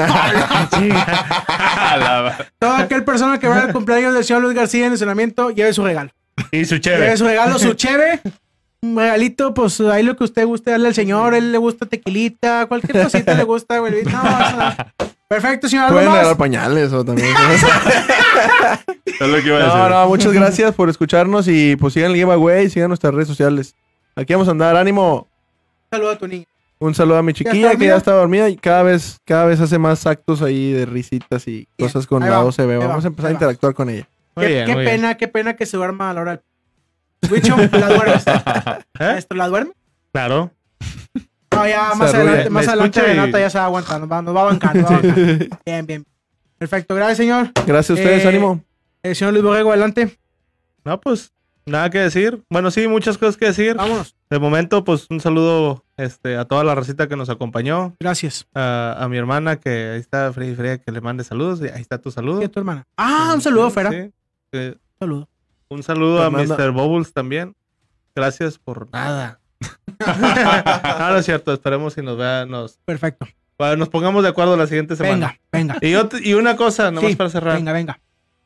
Speaker 2: Todo aquel persona que vaya al cumpleaños del señor Luis García en el estacionamiento, lleve su regalo.
Speaker 5: Y su
Speaker 2: Lleve
Speaker 5: chévere.
Speaker 2: su regalo, su cheve. Un regalito, pues ahí lo que usted guste darle al señor. A él le gusta tequilita, cualquier cosita le gusta, güey. No, perfecto, señor. ¿Algo
Speaker 4: Pueden
Speaker 2: más?
Speaker 4: regalar pañales o también.
Speaker 3: Es lo que iba a decir.
Speaker 4: No, muchas gracias por escucharnos y pues sigan el giveaway, sigan nuestras redes sociales. Aquí vamos a andar, ánimo.
Speaker 2: Saludo a tu niña.
Speaker 4: Un saludo a mi chiquilla
Speaker 2: está
Speaker 4: que ya
Speaker 2: dormida?
Speaker 4: está dormida y cada vez hace más actos ahí de risitas y
Speaker 2: Bien,
Speaker 4: cosas con
Speaker 2: ahí
Speaker 4: la
Speaker 2: vamos,
Speaker 4: OCB.
Speaker 2: ahí
Speaker 4: Vamos
Speaker 2: vamos,
Speaker 4: a empezar a
Speaker 2: ahí
Speaker 4: interactuar con ella.
Speaker 5: Muy bien, muy bien.
Speaker 2: Qué pena que se duerma a la hora del... Wicho, ¿la duermes? ¿Esto la duerme?
Speaker 5: Claro.
Speaker 2: No, ya
Speaker 4: Se
Speaker 2: más
Speaker 4: arrulla.
Speaker 2: adelante,
Speaker 5: Me escucha y-
Speaker 2: Renata ya se va a aguantar, nos va a bancar, Bien. Perfecto, gracias, señor.
Speaker 4: Gracias a ustedes, ánimo.
Speaker 2: El señor Luis Borrego, adelante.
Speaker 5: No, pues, nada que decir. Bueno, sí, muchas cosas que decir.
Speaker 2: Vámonos.
Speaker 5: De momento, pues, un saludo a toda la racita que nos acompañó.
Speaker 2: Gracias.
Speaker 5: A mi hermana, que ahí está, Freddy, que le mande saludos. Y ahí está tu saludo.
Speaker 2: ¿Y a tu hermana? Ah, un saludo, Fera.
Speaker 5: Sí.
Speaker 2: Un saludo.
Speaker 5: Un saludo
Speaker 4: Fernanda.
Speaker 5: a Mr. Bubbles también. Gracias por nada. No es cierto. Esperemos si nos vea, nos
Speaker 2: Perfecto.
Speaker 5: pongamos de acuerdo la siguiente semana.
Speaker 2: Venga.
Speaker 5: Y una cosa, nomás
Speaker 2: Sí,
Speaker 5: para cerrar.
Speaker 2: Venga.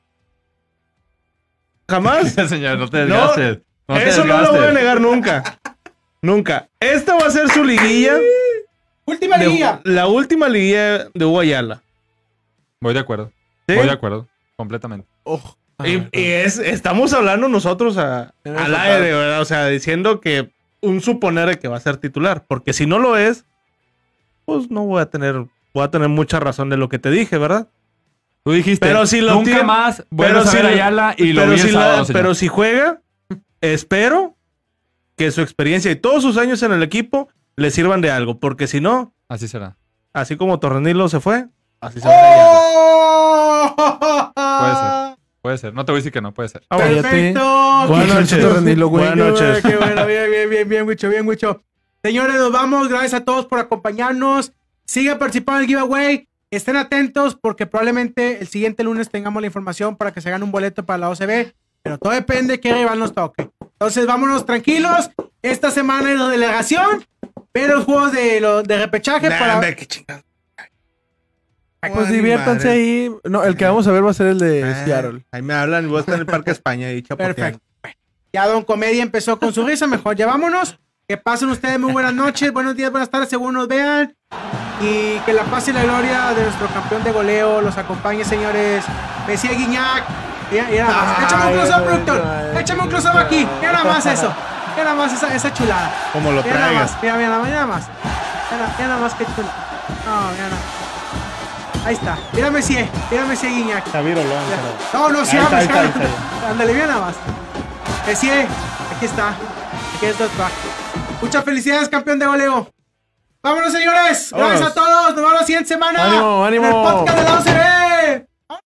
Speaker 5: Jamás.
Speaker 3: Señor, no te desgastes. No te
Speaker 5: Eso no lo
Speaker 3: desgastes.
Speaker 5: voy a negar nunca. Nunca. Esta va a ser su liguilla.
Speaker 2: Última liguilla.
Speaker 5: La última liguilla de Hugo Ayala.
Speaker 3: Voy de acuerdo.
Speaker 5: ¿Sí?
Speaker 3: Voy de acuerdo. Completamente.
Speaker 5: Estamos hablando nosotros al
Speaker 4: Tenemos
Speaker 5: aire, ¿verdad? O sea, diciendo que un suponer de que va a ser titular. Porque si no lo es, pues no voy a tener mucha razón de lo que te dije, ¿verdad?
Speaker 3: Tú dijiste,
Speaker 5: Pero si lo
Speaker 3: nunca
Speaker 5: tiene-
Speaker 3: más vuelves
Speaker 5: pero
Speaker 3: a ver
Speaker 5: si-
Speaker 3: a Ayala y lo vi el sábado, señor.
Speaker 5: pero si juega, espero que su experiencia y todos sus años en el equipo le sirvan de algo. Porque si no,
Speaker 3: Así será.
Speaker 5: así como Torrenilo se fue, así se va a Ayala.
Speaker 3: Puede ser. No te voy a decir que no, puede ser.
Speaker 5: Vámonos.
Speaker 2: Perfecto.
Speaker 5: Buenas noches.
Speaker 4: Renilo, güey.
Speaker 5: Buenas noches.
Speaker 2: Qué bueno, bien, Wicho. Señores, nos vamos. Gracias a todos por acompañarnos. Sigan participando en el giveaway. Estén atentos porque probablemente el siguiente lunes tengamos la información para que se hagan un boleto para la OCB. Pero todo depende de qué rival nos toque. Entonces, vámonos tranquilos. Esta semana es la delegación. Ver los juegos de repechaje
Speaker 5: Nah,
Speaker 2: para...
Speaker 5: hombre, qué chingada.
Speaker 4: Pues diviértanse ahí. No, el que vamos a ver va a ser el de Seattle.
Speaker 5: Ahí me hablan, voy a estar en el Parque España y chapoteando.
Speaker 2: Perfecto. Ya Don Comedia empezó con su risa, mejor ya vámonos. Que pasen ustedes muy buenas noches, buenos días, buenas tardes, según nos vean. Y que la paz y la gloria de nuestro campeón de goleo los acompañe, señores. Messi Guiñac, Mira nada más. Échame un close-up, productor. Échame un close-up aquí. Mira nada más eso. Mira nada más esa chulada.
Speaker 5: Como lo
Speaker 2: Mira nada
Speaker 5: traigas.
Speaker 2: más. Mira nada más. Mira nada más que chula. No, mira nada. Ahí está. Mira Messi Guiñac.
Speaker 5: Xavi Rolón.
Speaker 2: No, sí,
Speaker 5: Ahí
Speaker 2: vamos.
Speaker 5: está.
Speaker 2: Ándale, mira nada más. Messi, aquí está. Aquí está el track. Muchas felicidades, campeón de goleo. Vámonos, señores. Gracias a todos. Nos vemos la siguiente semana.
Speaker 4: ¡Ánimo!
Speaker 2: En el podcast de la OCB.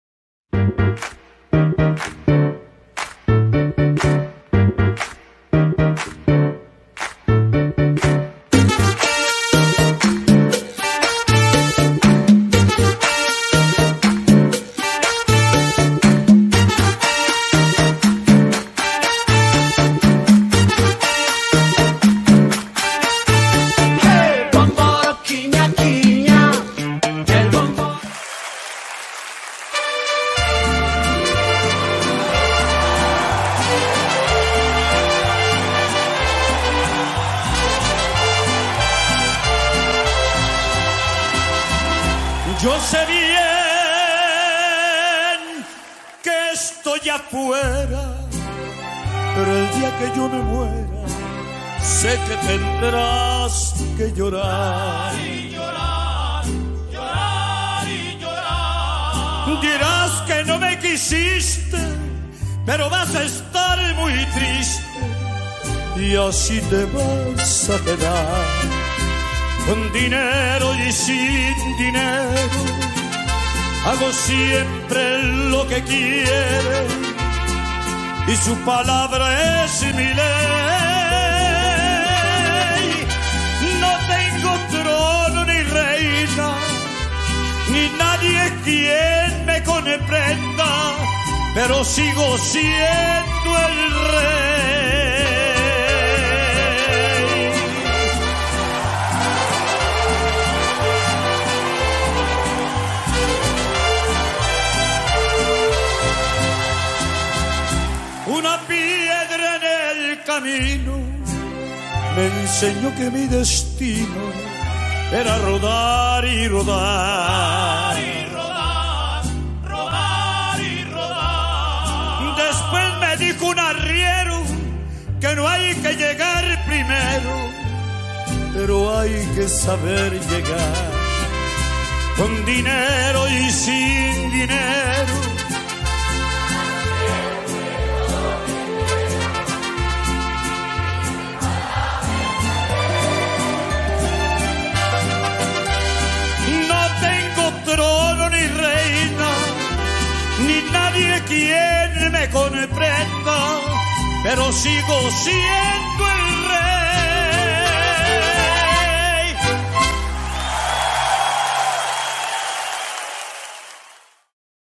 Speaker 7: Yo sé bien que estoy afuera, pero el día que yo me muera, sé que tendrás que llorar. Y llorar, llorar y llorar. Dirás que no me quisiste, pero vas a estar muy triste y así te vas a quedar. Con dinero y sin dinero, hago siempre lo que quiere y su palabra es mi ley. No tengo trono ni reina, ni nadie quien me comprenda, pero sigo siendo el rey. Una piedra en el camino me enseñó que mi destino era rodar y rodar. Y rodar, rodar y rodar. Después me dijo un arriero que no hay que llegar primero, pero hay que saber llegar. Con dinero y sin dinero, trono ni reina, ni nadie quien me comprenda, pero sigo siendo el